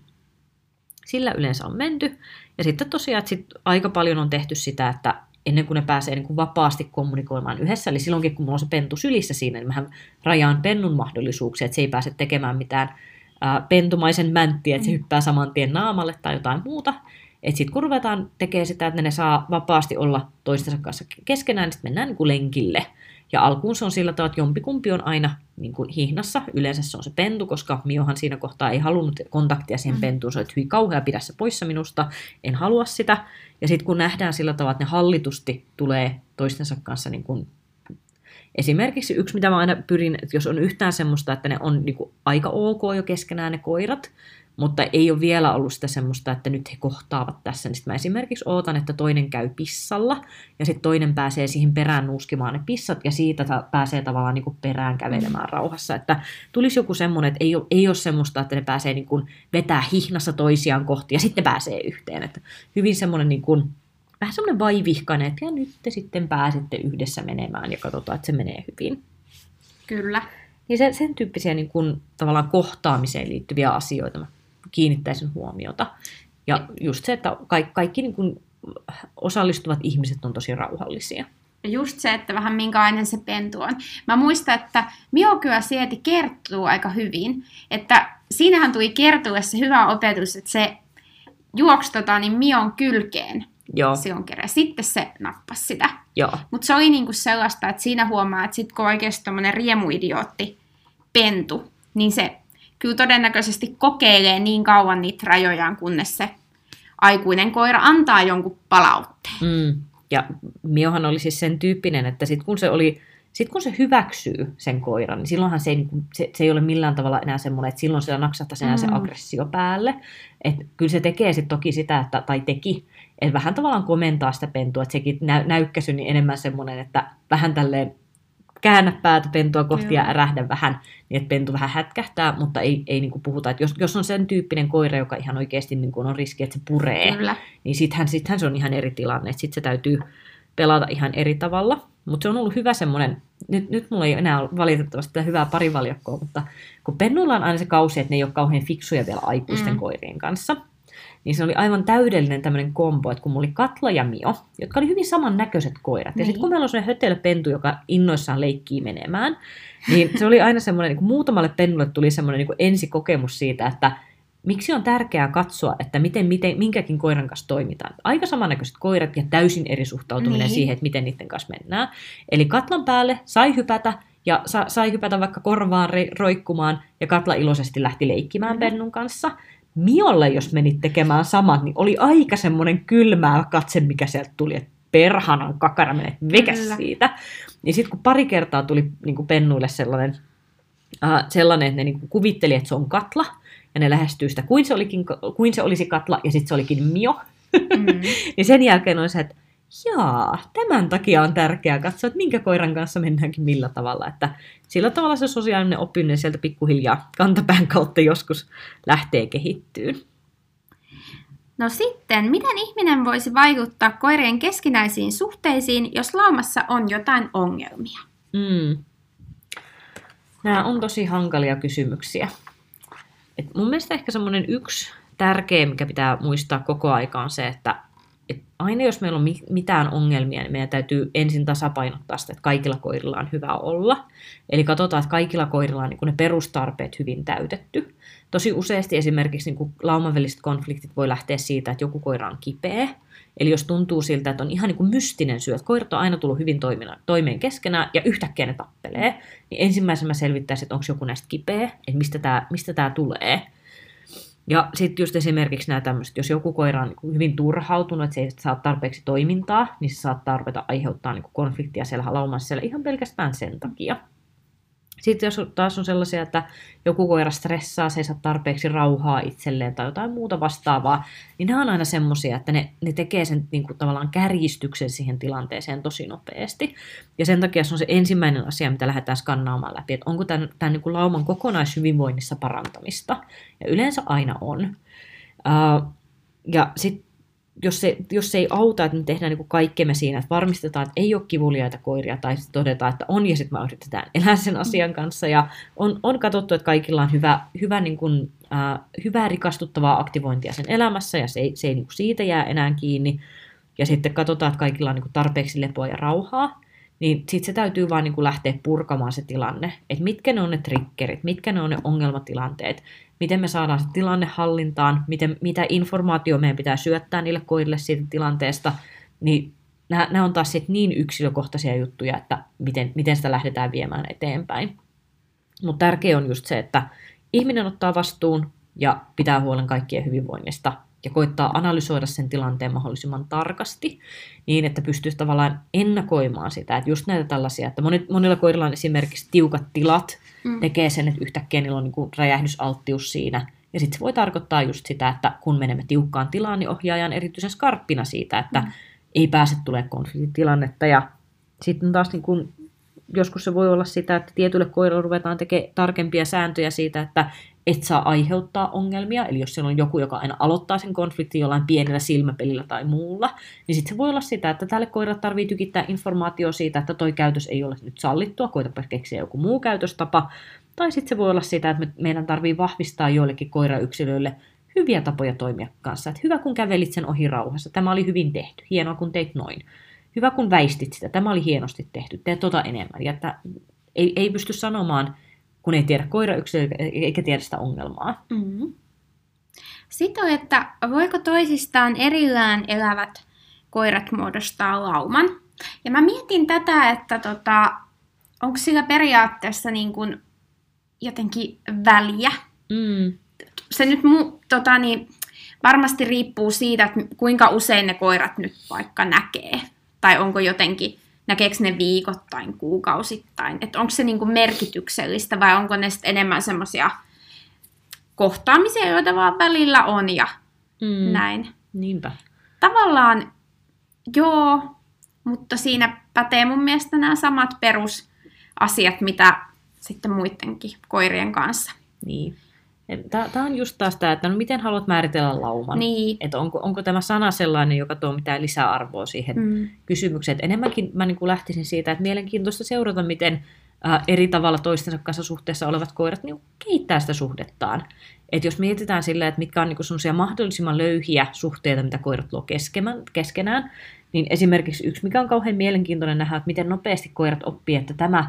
sillä yleensä on menty. Ja sitten tosiaan, että aika paljon on tehty sitä, että ennen kuin ne pääsee niin kuin vapaasti kommunikoimaan yhdessä, eli silloinkin kun mulla on se pentu sylissä siinä, niin mähän rajaan pennun mahdollisuuksia, että se ei pääse tekemään mitään pentumaisen mänttiä, että se hyppää saman tien naamalle tai jotain muuta. Että sitten kun ruvetaan tekemään sitä, että ne saa vapaasti olla toistensa kanssa keskenään, niin sitten mennään niin kuin lenkille. Ja alkuun se on sillä tavalla, että jompikumpi on aina niin kuin hihnassa. Yleensä se on se pentu, koska Miohan siinä kohtaa ei halunnut kontaktia siihen pentuun. Se on, että hyvin kauhea, pidä se poissa minusta, en halua sitä. Ja sitten kun nähdään sillä tavalla, että ne hallitusti tulee toistensa kanssa niin kuin esimerkiksi yksi, mitä mä aina pyrin, että jos on yhtään semmoista, että ne on niin kuin aika ok jo keskenään ne koirat, mutta ei ole vielä ollut sitä semmoista, että nyt he kohtaavat tässä, niin sitten mä esimerkiksi ootan, että toinen käy pissalla, ja sitten toinen pääsee siihen perään nuuskimaan ne pissat, ja siitä pääsee tavallaan niin kuin perään kävelemään rauhassa. Että tulisi joku semmoinen, että ei ole semmoista, että ne pääsee niin kuin vetää hihnassa toisiaan kohti, ja sitten ne pääsee yhteen. Että hyvin semmoinen niin kuin vähän semmoinen vaivihkainen, että ja nyt te sitten pääsette yhdessä menemään, ja katsotaan, että se menee hyvin. Kyllä. Niin sen tyyppisiä niin kuin, tavallaan kohtaamiseen liittyviä asioita mä kiinnittäisin huomiota. Ja just se, että kaikki niin kuin osallistuvat ihmiset on tosi rauhallisia. Ja just se, että vähän minkälainen se pentu on. Mä muistan, että Mio kyllä sieti Kerttua aika hyvin. Että siinähän tuli Kertuessa hyvä opetus, että se juoksi niin Mion kylkeen. Joo. Silloin kerran. Sitten se nappasi sitä. Mutta se oli niinku sellaista, että siinä huomaa, että sit kun oikeasti tommonen riemuidiootti pentu, niin se kyllä todennäköisesti kokeilee niin kauan niitä rajojaan, kunnes se aikuinen koira antaa jonkun palautteen. Ja Miohan oli siis sen tyyppinen, että sitten kun se hyväksyy sen koiran, niin silloinhan se ei ole millään tavalla enää semmoinen, että silloin siellä naksahtaisi enää se aggressio päälle. Että kyllä se tekee sitten toki sitä, että vähän tavallaan komentaa sitä pentua, että sekin näykkäsy niin enemmän semmoinen, että vähän tälleen käännä päätä pentua kohti ja ärähdä vähän, niin että pentu vähän hätkähtää, mutta ei niin kuin puhuta, että jos on sen tyyppinen koira, joka ihan oikeasti niin kuin on riski, että se puree, niin sittenhän se on ihan eri tilanne, että sitten se täytyy pelata ihan eri tavalla. Mutta se on ollut hyvä semmoinen, nyt mulla ei enää ole valitettavasti sitä hyvää parivaljakkoa, mutta kun pennuilla on aina se kausi, että ne ei ole kauhean fiksuja vielä aikuisten koirien kanssa, niin se oli aivan täydellinen tämmöinen kombo, että kun mulla oli Katla ja Mio, jotka oli hyvin samannäköiset koirat, ja sitten kun meillä on sellainen hötelöpentu, joka innoissaan leikkii menemään, niin se oli aina semmoinen, niin kuin muutamalle pennulle tuli semmoinen niin kuin ensikokemus siitä, että miksi on tärkeää katsoa, että miten minkäkin koiran kanssa toimitaan. Aika samannäköiset koirat ja täysin eri suhtautuminen siihen, että miten niiden kanssa mennään. Eli Katlan päälle sai hypätä ja sai hypätä vaikka korvaan roikkumaan ja Katla iloisesti lähti leikkimään Pennun kanssa. Miolle, jos menit tekemään samat, niin oli aika semmoinen kylmää katse, mikä sieltä tuli, että perhanan kakara menet vekäs siitä. Ja sitten kun pari kertaa tuli niin Pennuille sellainen, että ne niin kuvitteli, että se on Katla, ja ne lähestyy sitä kuin se olisi Katla, ja sitten se olikin Mio. Niin sen jälkeen on se, että tämän takia on tärkeää katsoa, että minkä koiran kanssa mennäänkin millä tavalla. Että sillä tavalla se sosiaalinen oppiminen sieltä pikkuhiljaa kantapään kautta joskus lähtee kehittyyn. No sitten, miten ihminen voisi vaikuttaa koirien keskinäisiin suhteisiin, jos laumassa on jotain ongelmia? Nämä on tosi hankalia kysymyksiä. Mun mielestä ehkä semmoinen yksi tärkeä, mikä pitää muistaa koko aika on se, että aina jos meillä on mitään ongelmia, niin meidän täytyy ensin tasapainottaa sitä, että kaikilla koirilla on hyvä olla. Eli katsotaan, että kaikilla koirilla on niin ne perustarpeet hyvin täytetty. Tosi useasti esimerkiksi niin lauman väliset konfliktit voi lähteä siitä, että joku koira on kipeä. Eli jos tuntuu siltä, että on ihan niin kuin mystinen syy, että koirat on aina tullut hyvin toimeen keskenään ja yhtäkkiä ne tappelee, niin ensimmäisenä mä selvittäisin, että onko joku näistä kipeä, että mistä tää tulee. Ja sitten just esimerkiksi nämä tämmöiset, jos joku koira on niin hyvin turhautunut, että se ei saa tarpeeksi toimintaa, niin se saattaa ruveta aiheuttaa niin konfliktia siellä laumassa siellä ihan pelkästään sen takia. Sitten jos taas on sellaisia, että joku koira stressaa, se ei saa tarpeeksi rauhaa itselleen tai jotain muuta vastaavaa, niin nämä on aina semmoisia, että ne tekee sen niin kuin tavallaan kärjistyksen siihen tilanteeseen tosi nopeasti. Ja sen takia se on se ensimmäinen asia, mitä lähdetään skannaamaan läpi, että onko tämän niin kuin lauman kokonaishyvinvoinnissa parantamista. Ja yleensä aina on. Ja sitten jos se ei auta, että me tehdään niin kuin kaikkemme siinä, että varmistetaan, että ei ole kivuliaita koiria, tai sitten todetaan, että on, ja sitten me yritetään elää sen asian kanssa, ja on katsottu, että kaikilla on hyvää rikastuttavaa aktivointia sen elämässä, ja se ei niin kuin siitä jää enää kiinni, ja sitten katsotaan, että kaikilla on niin kuin tarpeeksi lepoa ja rauhaa, niin sitten se täytyy vaan niin kuin lähteä purkamaan se tilanne, että mitkä ne on ne triggerit, mitkä ne on ne ongelmatilanteet, miten me saadaan se tilanne hallintaan, mitä informaatio meidän pitää syöttää niille koirille siitä tilanteesta, niin nämä on taas niin yksilökohtaisia juttuja, että miten sitä lähdetään viemään eteenpäin. Mutta tärkeää on just se, että ihminen ottaa vastuun ja pitää huolen kaikkien hyvinvoinnista ja koittaa analysoida sen tilanteen mahdollisimman tarkasti, niin että pystyisi tavallaan ennakoimaan sitä, että just näitä tällaisia, että monilla koirilla on esimerkiksi tiukat tilat, tekee sen, että yhtäkkiä niillä on niin kuin räjähdysalttius siinä, ja sitten se voi tarkoittaa just sitä, että kun menemme tiukkaan tilaan, niin ohjaaja on erityisen skarppina siitä, että ei pääse tulemaan konfliktitilannetta, ja sitten taas niin kuin joskus se voi olla sitä, että tietyille koirille ruvetaan tekemään tarkempia sääntöjä siitä, että et saa aiheuttaa ongelmia. Eli jos siellä on joku, joka aina aloittaa sen konfliktin jollain pienellä silmäpelillä tai muulla, niin sitten se voi olla sitä, että tälle koiralle tarvitsee tykittää informaatiota siitä, että toi käytös ei ole nyt sallittua, koitapa keksiä joku muu käytöstapa. Tai sitten se voi olla sitä, että meidän tarvitsee vahvistaa joillekin koirayksilöille hyviä tapoja toimia kanssa. Että hyvä, kun kävelit sen ohi rauhassa. Tämä oli hyvin tehty. Hienoa, kun teit noin. Hyvä, kun väistit sitä. Tämä oli hienosti tehty. Tee tota enemmän. Ja että ei pysty sanomaan, kun ei tiedä koirayksilöä eikä tiedä sitä ongelmaa. Mm-hmm. Sitten on, että voiko toisistaan erillään elävät koirat muodostaa lauman. Ja mä mietin tätä, että onko sillä periaatteessa niin kuin jotenkin väliä. Se nyt varmasti riippuu siitä, että kuinka usein ne koirat nyt vaikka näkee. Tai onko jotenkin, näkeekö ne viikoittain, kuukausittain. Että onko se niinku merkityksellistä vai onko ne enemmän semmoisia kohtaamisia, joita vaan välillä on ja näin. Niinpä. Tavallaan joo, mutta siinä pätee mun mielestä nämä samat perusasiat, mitä sitten muidenkin koirien kanssa. Niin. Tämä on just taas tämä, että no miten haluat määritellä lauman. Niin. Että onko tämä sana sellainen, joka tuo mitään lisäarvoa siihen kysymykseen. Et enemmänkin mä niin kuin lähtisin siitä, että mielenkiintoista seurata, miten eri tavalla toistensa kanssa suhteessa olevat koirat niin kehittää sitä suhdettaan. Et jos mietitään silleen, että mitkä on niin sellaisia mahdollisimman löyhiä suhteita, mitä koirat luo keskenään, niin esimerkiksi yksi, mikä on kauhean mielenkiintoinen nähdä, että miten nopeasti koirat oppii, että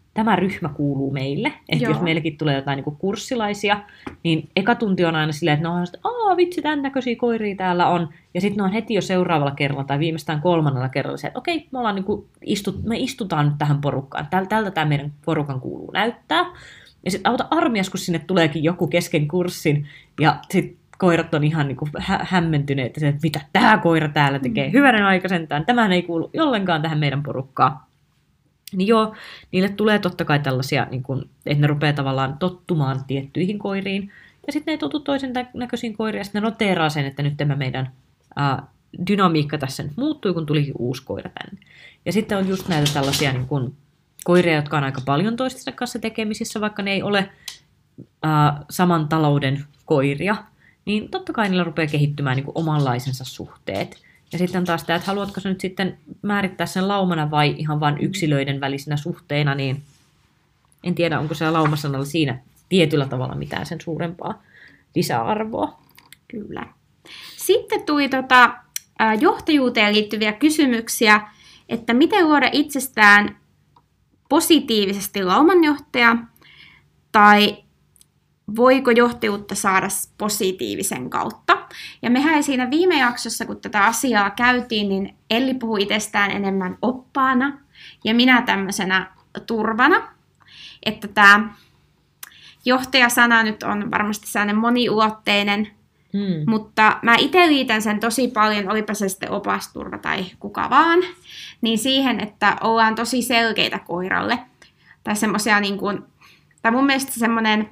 tämä ryhmä kuuluu meille. Että jos meillekin tulee jotain niin kuin kurssilaisia, niin eka tunti on aina silleen, että ne on että vitsi, tämän näköisiä koiria täällä on. Ja sitten ne on heti jo seuraavalla kerralla tai viimeistään 3. kerralla se, että okei, me, ollaan niin kuin me istutaan nyt tähän porukkaan. Tältä tämä meidän porukan kuuluu näyttää. Ja sitten auta armias, kun sinne tuleekin joku kesken kurssin ja sitten koirat on ihan niin kuin hämmentyneet, että mitä tämä koira täällä tekee. Hyvänen aika sentään, tämähän ei kuulu ollenkaan tähän meidän porukkaan. Niin joo, niille tulee totta kai tällaisia, niin kun, että ne rupeaa tavallaan tottumaan tiettyihin koiriin. Ja sitten ne ei totu toisen näköisiin koiriin, ja sitten ne noteeraa sen, että nyt tämä meidän dynamiikka tässä nyt muuttui, kun tulikin uusi koira tänne. Ja sitten on just näitä tällaisia niin kun, koiria, jotka on aika paljon toistensa kanssa tekemisissä, vaikka ne ei ole saman talouden koiria. Niin totta kai niillä rupeaa kehittymään niin kun omanlaisensa suhteet. Ja sitten taas tämä, että haluatko sä nyt sitten määrittää sen laumana vai ihan vain yksilöiden välisinä suhteina, niin en tiedä, onko se laumasanalla siinä tietyllä tavalla mitään sen suurempaa lisäarvoa. Kyllä. Sitten tuli johtajuuteen liittyviä kysymyksiä, että miten luoda itsestään positiivisesti laumanjohtaja, tai voiko johtajuutta saada positiivisen kautta. Ja mehän ei siinä viime jaksossa, kun tätä asiaa käytiin, niin Elli puhui itsestään enemmän oppaana ja minä tämmöisenä turvana. Että tämä johtajasana nyt on varmasti sellainen moniulotteinen, mutta mä itse liitän sen tosi paljon, olipa se sitten opasturva tai kuka vaan, niin siihen, että ollaan tosi selkeitä koiralle. Tai semmoisia niin kuin, tai mun mielestä semmoinen,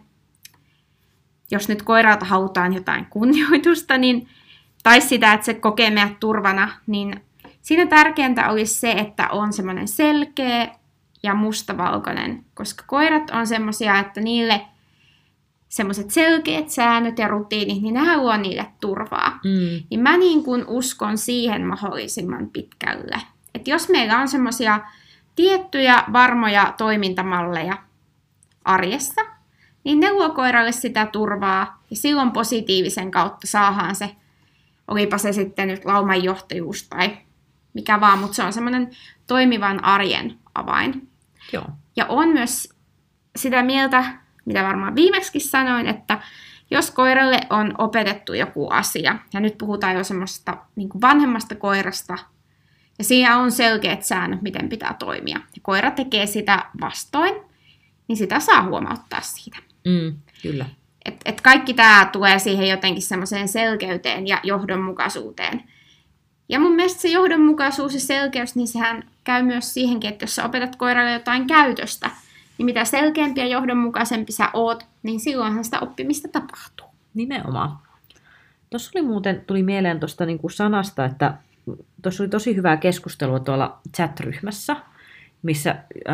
jos nyt koiralta halutaan jotain kunnioitusta, niin, tai sitä, että se kokee meidät turvana, niin siinä tärkeintä olisi se, että on semmoinen selkeä ja mustavalkoinen, koska koirat on semmoisia, että niille semmoiset selkeät säännöt ja rutiinit, niin nehän luo niille turvaa. Niin mä niin kuin uskon siihen mahdollisimman pitkälle. Että jos meillä on semmoisia tiettyjä varmoja toimintamalleja arjessa, niin ne luo koiralle sitä turvaa, ja silloin positiivisen kautta saadaan se, olipa se sitten nyt laumanjohtajuus tai mikä vaan, mutta se on semmoinen toimivan arjen avain. Joo. Ja on myös sitä mieltä, mitä varmaan viimeksikin sanoin, että jos koiralle on opetettu joku asia, ja nyt puhutaan jo semmoista niin kuin vanhemmasta koirasta, ja siinä on selkeät säännöt, miten pitää toimia, ja koira tekee sitä vastoin, niin sitä saa huomauttaa siitä. Kyllä. Et kaikki tämä tulee siihen jotenkin semmoiseen selkeyteen ja johdonmukaisuuteen. Ja mun mielestä se johdonmukaisuus ja selkeys, niin sehän käy myös siihenkin, että jos sä opetat koiralle jotain käytöstä, niin mitä selkeämpi ja johdonmukaisempi sä oot, niin silloinhan sitä oppimista tapahtuu. Nimenomaan. Tuossa tuli mieleen tuosta niinku sanasta, että tuossa oli tosi hyvää keskustelua tuolla chat-ryhmässä, missä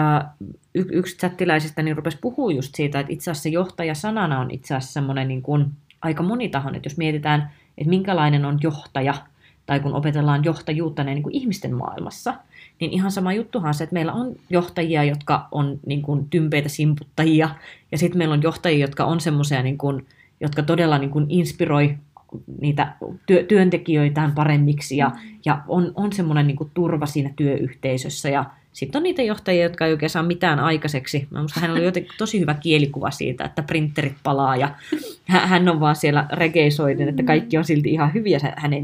yksi chattiläisistä niin rupesi puhua just siitä, että itse asiassa johtaja-sanana on itse asiassa semmoinen niin kuin aika monitahoinen, että jos mietitään, että minkälainen on johtaja, tai kun opetellaan johtajuutta niin kuin ihmisten maailmassa, niin ihan sama juttuhan se, että meillä on johtajia, jotka on niin kuin tympeitä simputtajia, ja sitten meillä on johtajia, jotka on semmoisia, niin kuin, jotka todella niin kuin inspiroi niitä työntekijöitään paremmiksi, ja on semmoinen niin kuin turva siinä työyhteisössä, ja sitten on niitä johtajia, jotka ei oikein saa mitään aikaiseksi. Minusta hänellä oli jotenkin tosi hyvä kielikuva siitä, että printerit palaa, ja hän on vaan siellä regeisoiden, että kaikki on silti ihan hyviä.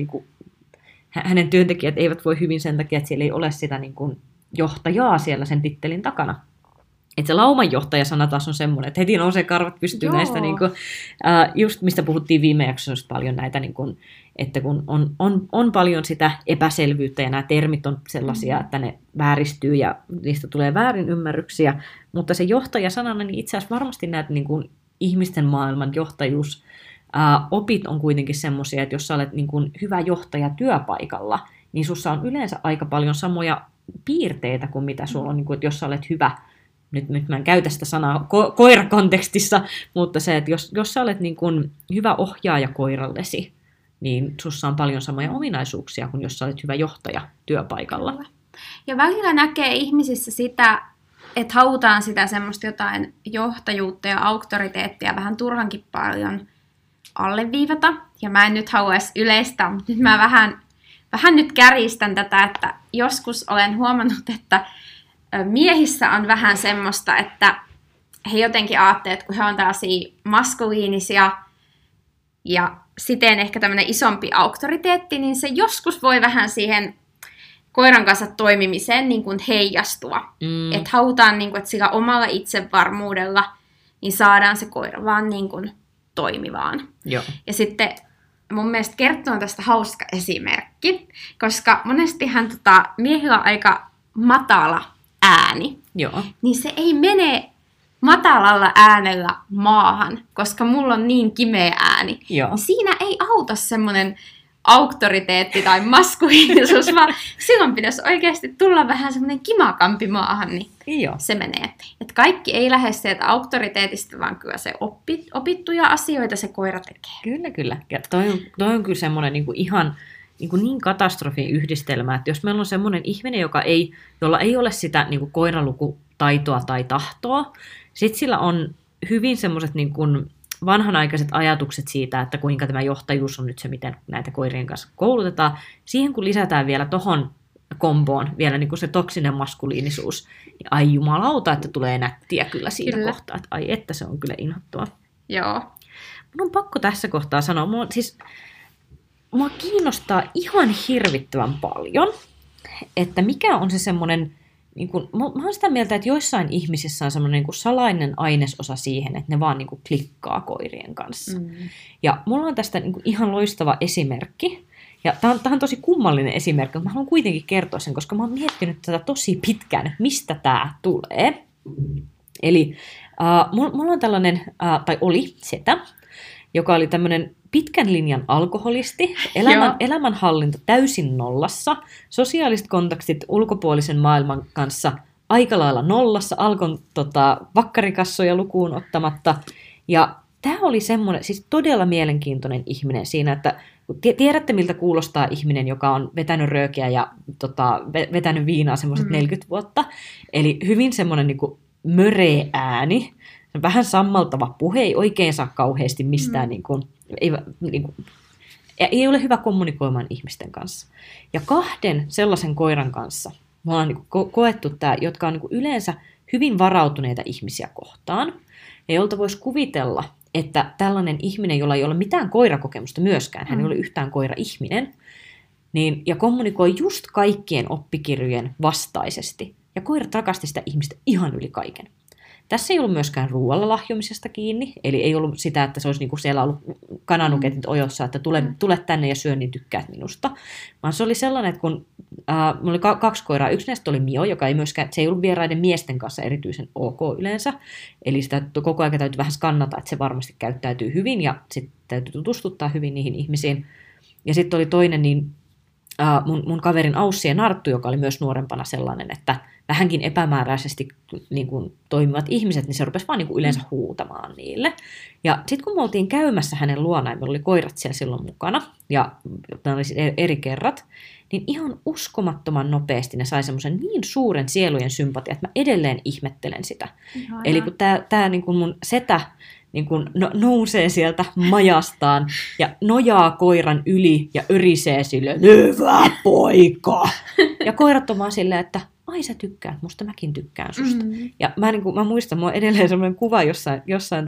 Hänen työntekijät eivät voi hyvin sen takia, että siellä ei ole sitä niin kuin johtajaa siellä sen tittelin takana. Että se laumanjohtajasana taas on semmoinen, että heti nousee karvat pystyyn näistä, niin kuin, just mistä puhuttiin viime jaksossa paljon näitä, niin kuin, että kun on paljon sitä epäselvyyttä ja nämä termit on sellaisia, että ne vääristyy ja niistä tulee väärinymmärryksiä, mutta se johtajasanana, niin itse asiassa varmasti näitä niin kuin ihmisten maailman johtajuus, opit on kuitenkin semmoisia, että jos sä olet niin kuin hyvä johtaja työpaikalla, niin sussa on yleensä aika paljon samoja piirteitä kuin mitä sulla on, niin kuin, että jos sä olet hyvä. Nyt mä en käytä sitä sanaa koirakontekstissa, mutta se, että jos sä olet niin kuin hyvä ohjaaja koirallesi, niin sussa on paljon samoja ominaisuuksia kuin jos sä olet hyvä johtaja työpaikalla. Ja välillä näkee ihmisissä sitä, että halutaan sitä semmoista jotain johtajuutta ja auktoriteettia vähän turhankin paljon alleviivata. Ja mä en nyt haluaisi yleistää, mutta nyt mä vähän nyt kärjistän tätä, että joskus olen huomannut, että miehissä on vähän semmoista, että he jotenkin ajattelevat, että kun he on tällaisia maskuliinisia ja siten ehkä tämmöinen isompi auktoriteetti, niin se joskus voi vähän siihen koiran kanssa toimimiseen niin kuin heijastua. Että halutaan, niin kuin, että sillä omalla itsevarmuudella niin saadaan se koira vaan niin kuin toimivaan. Joo. Ja sitten mun mielestä Kerttu on tästä hauska esimerkki, koska monestihan miehillä on aika matala ääni. Joo. Niin se ei mene matalalla äänellä maahan, koska mulla on niin kimeä ääni. Joo. Siinä ei auta semmoinen auktoriteetti tai maskuliinisuus, vaan silloin pitäisi oikeasti tulla vähän semmoinen kimakampi maahan, niin Joo. se menee. Et kaikki ei lähde sieltä auktoriteetista, vaan kyllä se opittuja asioita se koira tekee. Kyllä. Ja toi on kyllä semmoinen ihan niin katastrofin yhdistelmä, että jos meillä on semmoinen ihminen, jolla ei ole sitä koiralukutaitoa tai tahtoa, sitten sillä on hyvin semmoiset vanhanaikaiset ajatukset siitä, että kuinka tämä johtajuus on nyt se, miten näitä koirien kanssa koulutetaan. Siihen kun lisätään vielä tohon komboon vielä se toksinen maskuliinisuus, niin ai jumalauta, että tulee nättiä kyllä siinä kohtaa. Että ai että se on kyllä inhottavaa. Joo. Mun on pakko tässä kohtaa sanoa, mua kiinnostaa ihan hirvittävän paljon, että mikä on se semmoinen, mä oon sitä mieltä, että joissain ihmisissä on semmoinen salainen ainesosa siihen, että ne vaan klikkaa koirien kanssa. Ja mulla on tästä ihan loistava esimerkki, ja tää on tosi kummallinen esimerkki, mutta mä haluan kuitenkin kertoa sen, koska mä oon miettinyt tätä tosi pitkään, että mistä tää tulee. Eli mulla on tällainen, tai oli setä, joka oli tämmöinen pitkän linjan alkoholisti, elämänhallinta täysin nollassa, sosiaaliset kontaktit ulkopuolisen maailman kanssa aika lailla nollassa, Alkon vakkarikassoja lukuun ottamatta. Ja tämä oli semmoinen, siis todella mielenkiintoinen ihminen siinä, että tiedätte miltä kuulostaa ihminen, joka on vetänyt röökiä ja vetänyt viinaa semmoiset 40 vuotta. Eli hyvin semmoinen möreä ääni, vähän sammaltava puhe, ei oikein saa kauheasti mistään, ei ole hyvä kommunikoimaan ihmisten kanssa. Ja 2 sellaisen koiran kanssa me ollaan koettu tämä, jotka on yleensä hyvin varautuneita ihmisiä kohtaan, ja jolta voisi kuvitella, että tällainen ihminen, jolla ei ole mitään koirakokemusta myöskään, hän ei ole yhtään koira-ihminen, niin, ja kommunikoi just kaikkien oppikirjojen vastaisesti. Ja koirat rakasti sitä ihmistä ihan yli kaiken. Tässä ei ollut myöskään ruoalla lahjomisesta kiinni, eli ei ollut sitä, että se olisi siellä ollut kananuketit ojossa, että tule tänne ja syö, niin tykkäät minusta. Vaan se oli sellainen, että kun mulla oli 2 koiraa, yksi näistä oli Mio, joka se ei ollut vieraiden miesten kanssa erityisen ok yleensä, eli sitä koko ajan täytyy vähän skannata, että se varmasti käyttäytyy hyvin, ja sitten täytyy tutustuttaa hyvin niihin ihmisiin. Ja sitten oli toinen, niin mun kaverin Aussi ja Narttu, joka oli myös nuorempana sellainen, että vähänkin epämääräisesti toimivat ihmiset, niin se rupesi vaan yleensä huutamaan niille. Ja sitten kun me oltiin käymässä hänen luonaan, meillä oli koirat siellä silloin mukana, ja ne oli eri kerrat, niin ihan uskomattoman nopeasti ne sai semmoisen niin suuren sielujen sympatia, että mä edelleen ihmettelen sitä. Ihana. Eli kun tää mun setä nousee sieltä majastaan ja nojaa koiran yli ja örisee silleen, hyvä poika! Ja koirat on vaan silleen, että ai sä tykkäät musta, mäkin tykkään susta. Ja mä muistan, mulla on edelleen semmoinen kuva jossain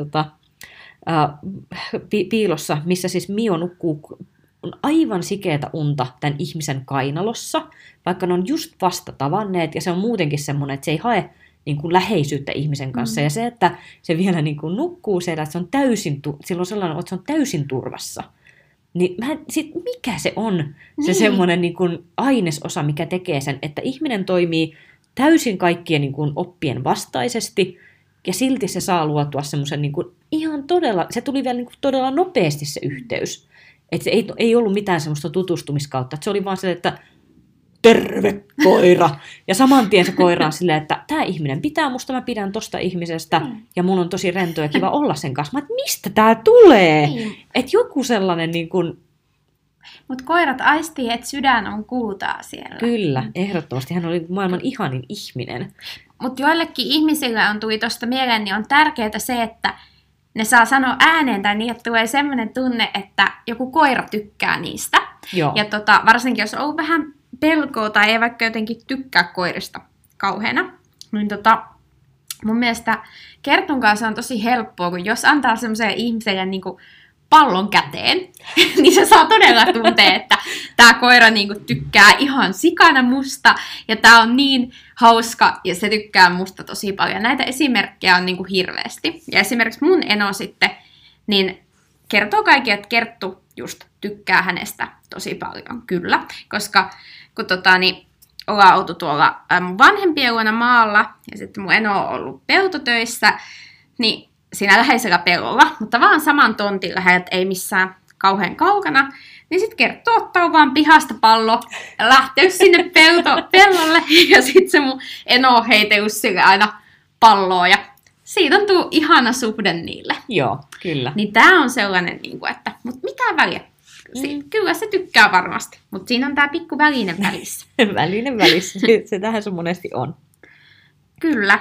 piilossa, missä siis Mio nukkuu on aivan sikeätä unta tämän ihmisen kainalossa, vaikka ne on just vasta tavanneet, ja se on muutenkin semmoinen, että se ei hae läheisyyttä ihmisen kanssa, ja se, että se vielä nukkuu siellä, että se on silloin sellainen, että se on täysin turvassa. Niin mikä se on se semmoinen ainesosa, mikä tekee sen, että ihminen toimii täysin kaikkien oppien vastaisesti, ja silti se saa luotua semmoisen ihan todella, se tuli vielä todella nopeasti se yhteys. Että se ei ollut mitään semmoista tutustumiskautta, että se oli vaan se, että terve koira! Ja saman tien se koira on silleen, että tämä ihminen pitää musta, mä pidän tosta ihmisestä, ja mun on tosi rento ja kiva olla sen kanssa. Että mistä tää tulee? Että joku sellainen Mutta koirat aistii, että sydän on kultaa siellä. Kyllä, ehdottomasti. Hän oli maailman ihanin ihminen. Mutta joillekin ihmisille tuli tuosta mieleen, niin on tärkeää se, että ne saa sanoa ääneen tai niin, että tulee semmoinen tunne, että joku koira tykkää niistä. Joo. Ja varsinkin jos on ollut vähän pelkoa tai ei vaikka jotenkin tykkää koirista kauheana, Niin mun mielestä Kertun kanssa on tosi helppoa, kun jos antaa semmoiselle ihmiselle niin kuin pallon käteen, niin se saa todella tuntea, että tämä koira niin kuin tykkää ihan sikana musta, ja tämä on niin hauska, ja se tykkää musta tosi paljon. Näitä esimerkkejä on niin kuin hirveästi. Ja esimerkiksi mun eno sitten, niin kertoo kaikille, että Kerttu just tykkää hänestä tosi paljon, kyllä. Koska kun ollaan oltu tuolla mun vanhempien luona maalla, ja sitten mun eno on ollut peltotöissä, niin siinä läheisellä pellolla, mutta vaan saman tontin läheltä, ei missään kauhean kaukana, niin sitten Kerttu ottaa vaan pihasta pallo ja lähtee sinne pellolle, ja sitten se mun eno on heitellyt sille aina palloa, ja siitä on tullut ihana suhde niille. Joo, kyllä. Niin tää on sellainen, että mut mitä väliä? Kyllä se tykkää varmasti, mutta siinä on tää pikku väline välissä. Väline välissä, se tähän se monesti on. Kyllä,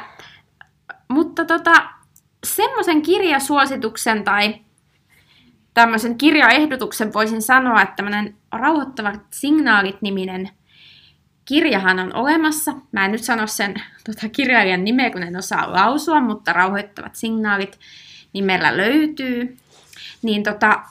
mutta semmoisen kirjasuosituksen tai tämmöisen kirjaehdotuksen voisin sanoa, että tämmöinen Rauhoittavat signaalit-niminen kirjahan on olemassa. Mä en nyt sano sen kirjailijan nimeä, kun en osaa lausua, mutta Rauhoittavat signaalit nimellä löytyy. Niin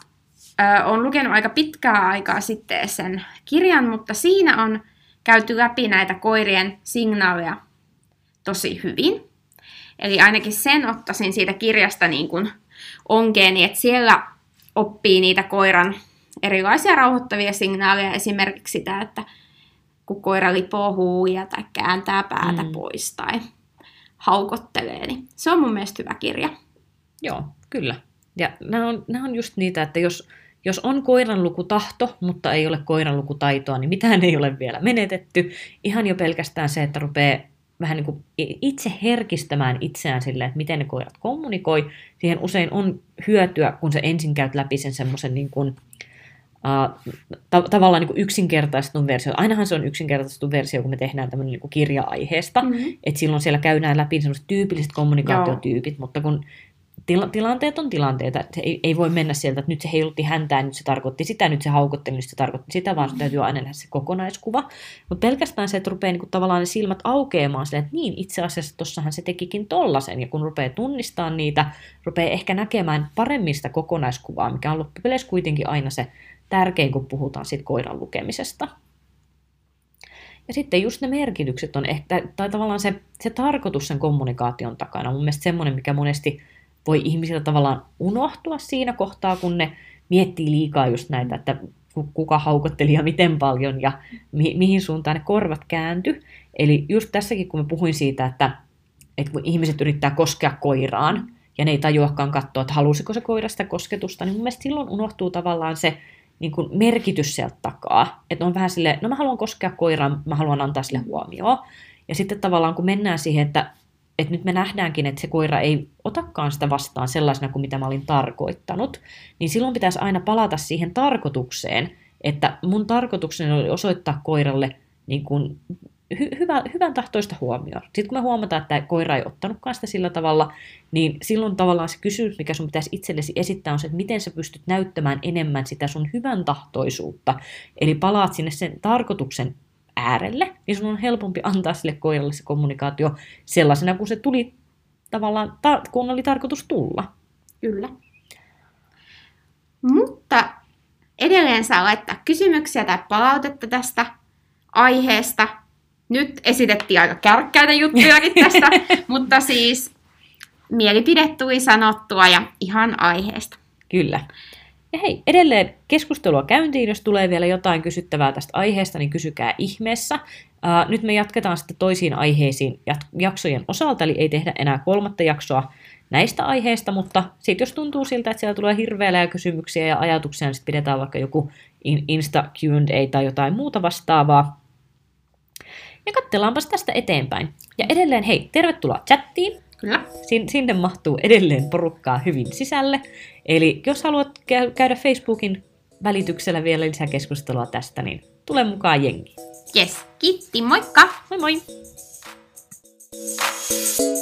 olen lukenut aika pitkää aikaa sitten sen kirjan, mutta siinä on käyty läpi näitä koirien signaaleja tosi hyvin. Eli ainakin sen ottaisin siitä kirjasta niin kuin onkeeni, että siellä oppii niitä koiran erilaisia rauhoittavia signaaleja, esimerkiksi sitä, että kun koira lipoo huuja tai kääntää päätä pois tai haukottelee, niin se on mun mielestä hyvä kirja. Joo, kyllä. Ja nämä on just niitä, että jos on koiranlukutahto, mutta ei ole koiranlukutaitoa, niin mitään ei ole vielä menetetty. Ihan jo pelkästään se, että rupeaa vähän niin kuin itse herkistämään itseään silleen, että miten ne koirat kommunikoi. Siihen usein on hyötyä, kun se ensin käyt läpi sen semmoisen niin kuin, tavallaan niin kuin yksinkertaistetun versio. Ainahan se on yksinkertaistetun versio, kun me tehdään tämmöinen niin kuin kirja-aiheesta. Mm-hmm. Että silloin siellä käydään läpi semmoiset tyypilliset kommunikaatiotyypit, mutta kun tilanteet on tilanteita. Se ei voi mennä sieltä, että nyt se heilutti häntään, nyt se tarkoitti sitä, nyt se haukotteli, nyt se tarkoitti sitä, vaan se täytyy aina nähdä se kokonaiskuva. Mutta pelkästään se, että rupeaa niinku tavallaan ne silmät aukeamaan silleen, että niin, itse asiassa tossahan se tekikin tollasen. Ja kun rupeaa tunnistamaan niitä, rupeaa ehkä näkemään paremmin sitä kokonaiskuvaa, mikä on loppupeleissä kuitenkin aina se tärkein, kun puhutaan siitä koiran lukemisesta. Ja sitten just ne merkitykset on ehkä, tai tavallaan se tarkoitus sen kommunikaation takana. Mun mielestä semmoinen, mikä monesti voi ihmisillä tavallaan unohtua siinä kohtaa, kun ne miettii liikaa just näitä, että kuka haukotteli ja miten paljon ja mihin suuntaan ne korvat kääntyi. Eli just tässäkin, kun mä puhuin siitä, että kun ihmiset yrittää koskea koiraan ja ne ei tajuakaan katsoa, että halusiko se koira sitä kosketusta, niin mun mielestä silloin unohtuu tavallaan se niin kuin merkitys sieltä takaa. Että on vähän silleen, no mä haluan koskea koiraan, mä haluan antaa sille huomioon. Ja sitten tavallaan kun mennään siihen, että nyt me nähdäänkin, että se koira ei otakaan sitä vastaan sellaisena kuin mitä mä olin tarkoittanut, niin silloin pitäisi aina palata siihen tarkoitukseen, että mun tarkoitukseni oli osoittaa koiralle niin kuin hyvän tahtoista huomioon. Sitten kun me huomataan, että koira ei ottanutkaan sitä sillä tavalla, niin silloin tavallaan se kysymys, mikä sun pitäisi itsellesi esittää, on se, että miten sä pystyt näyttämään enemmän sitä sun hyvän tahtoisuutta. Eli palaat sinne sen tarkoituksen äärelle, niin sun on helpompi antaa sille koiralle se kommunikaatio sellaisena, kun se tuli tavallaan, kun oli tarkoitus tulla. Kyllä. Mutta edelleen saa laittaa kysymyksiä tai palautetta tästä aiheesta. Nyt esitettiin aika kärkkäitä juttujakin tästä, mutta siis mielipide tuli sanottua ja ihan aiheesta. Kyllä. Ja hei, edelleen keskustelua käyntiin, jos tulee vielä jotain kysyttävää tästä aiheesta, niin kysykää ihmeessä. Nyt me jatketaan sitten toisiin aiheisiin jaksojen osalta, eli ei tehdä enää 3. jaksoa näistä aiheista, mutta sitten jos tuntuu siltä, että siellä tulee hirveellä kysymyksiä ja ajatuksia, niin sitten pidetään vaikka joku Insta Q&A tai jotain muuta vastaavaa. Ja katsellaanpas tästä eteenpäin. Ja edelleen, hei, tervetuloa chattiin. Kyllä. Sinne mahtuu edelleen porukkaa hyvin sisälle. Eli jos haluat käydä Facebookin välityksellä vielä lisää keskustelua tästä, niin tule mukaan jengiin. Yes, kiitti, moikka! Moi moi!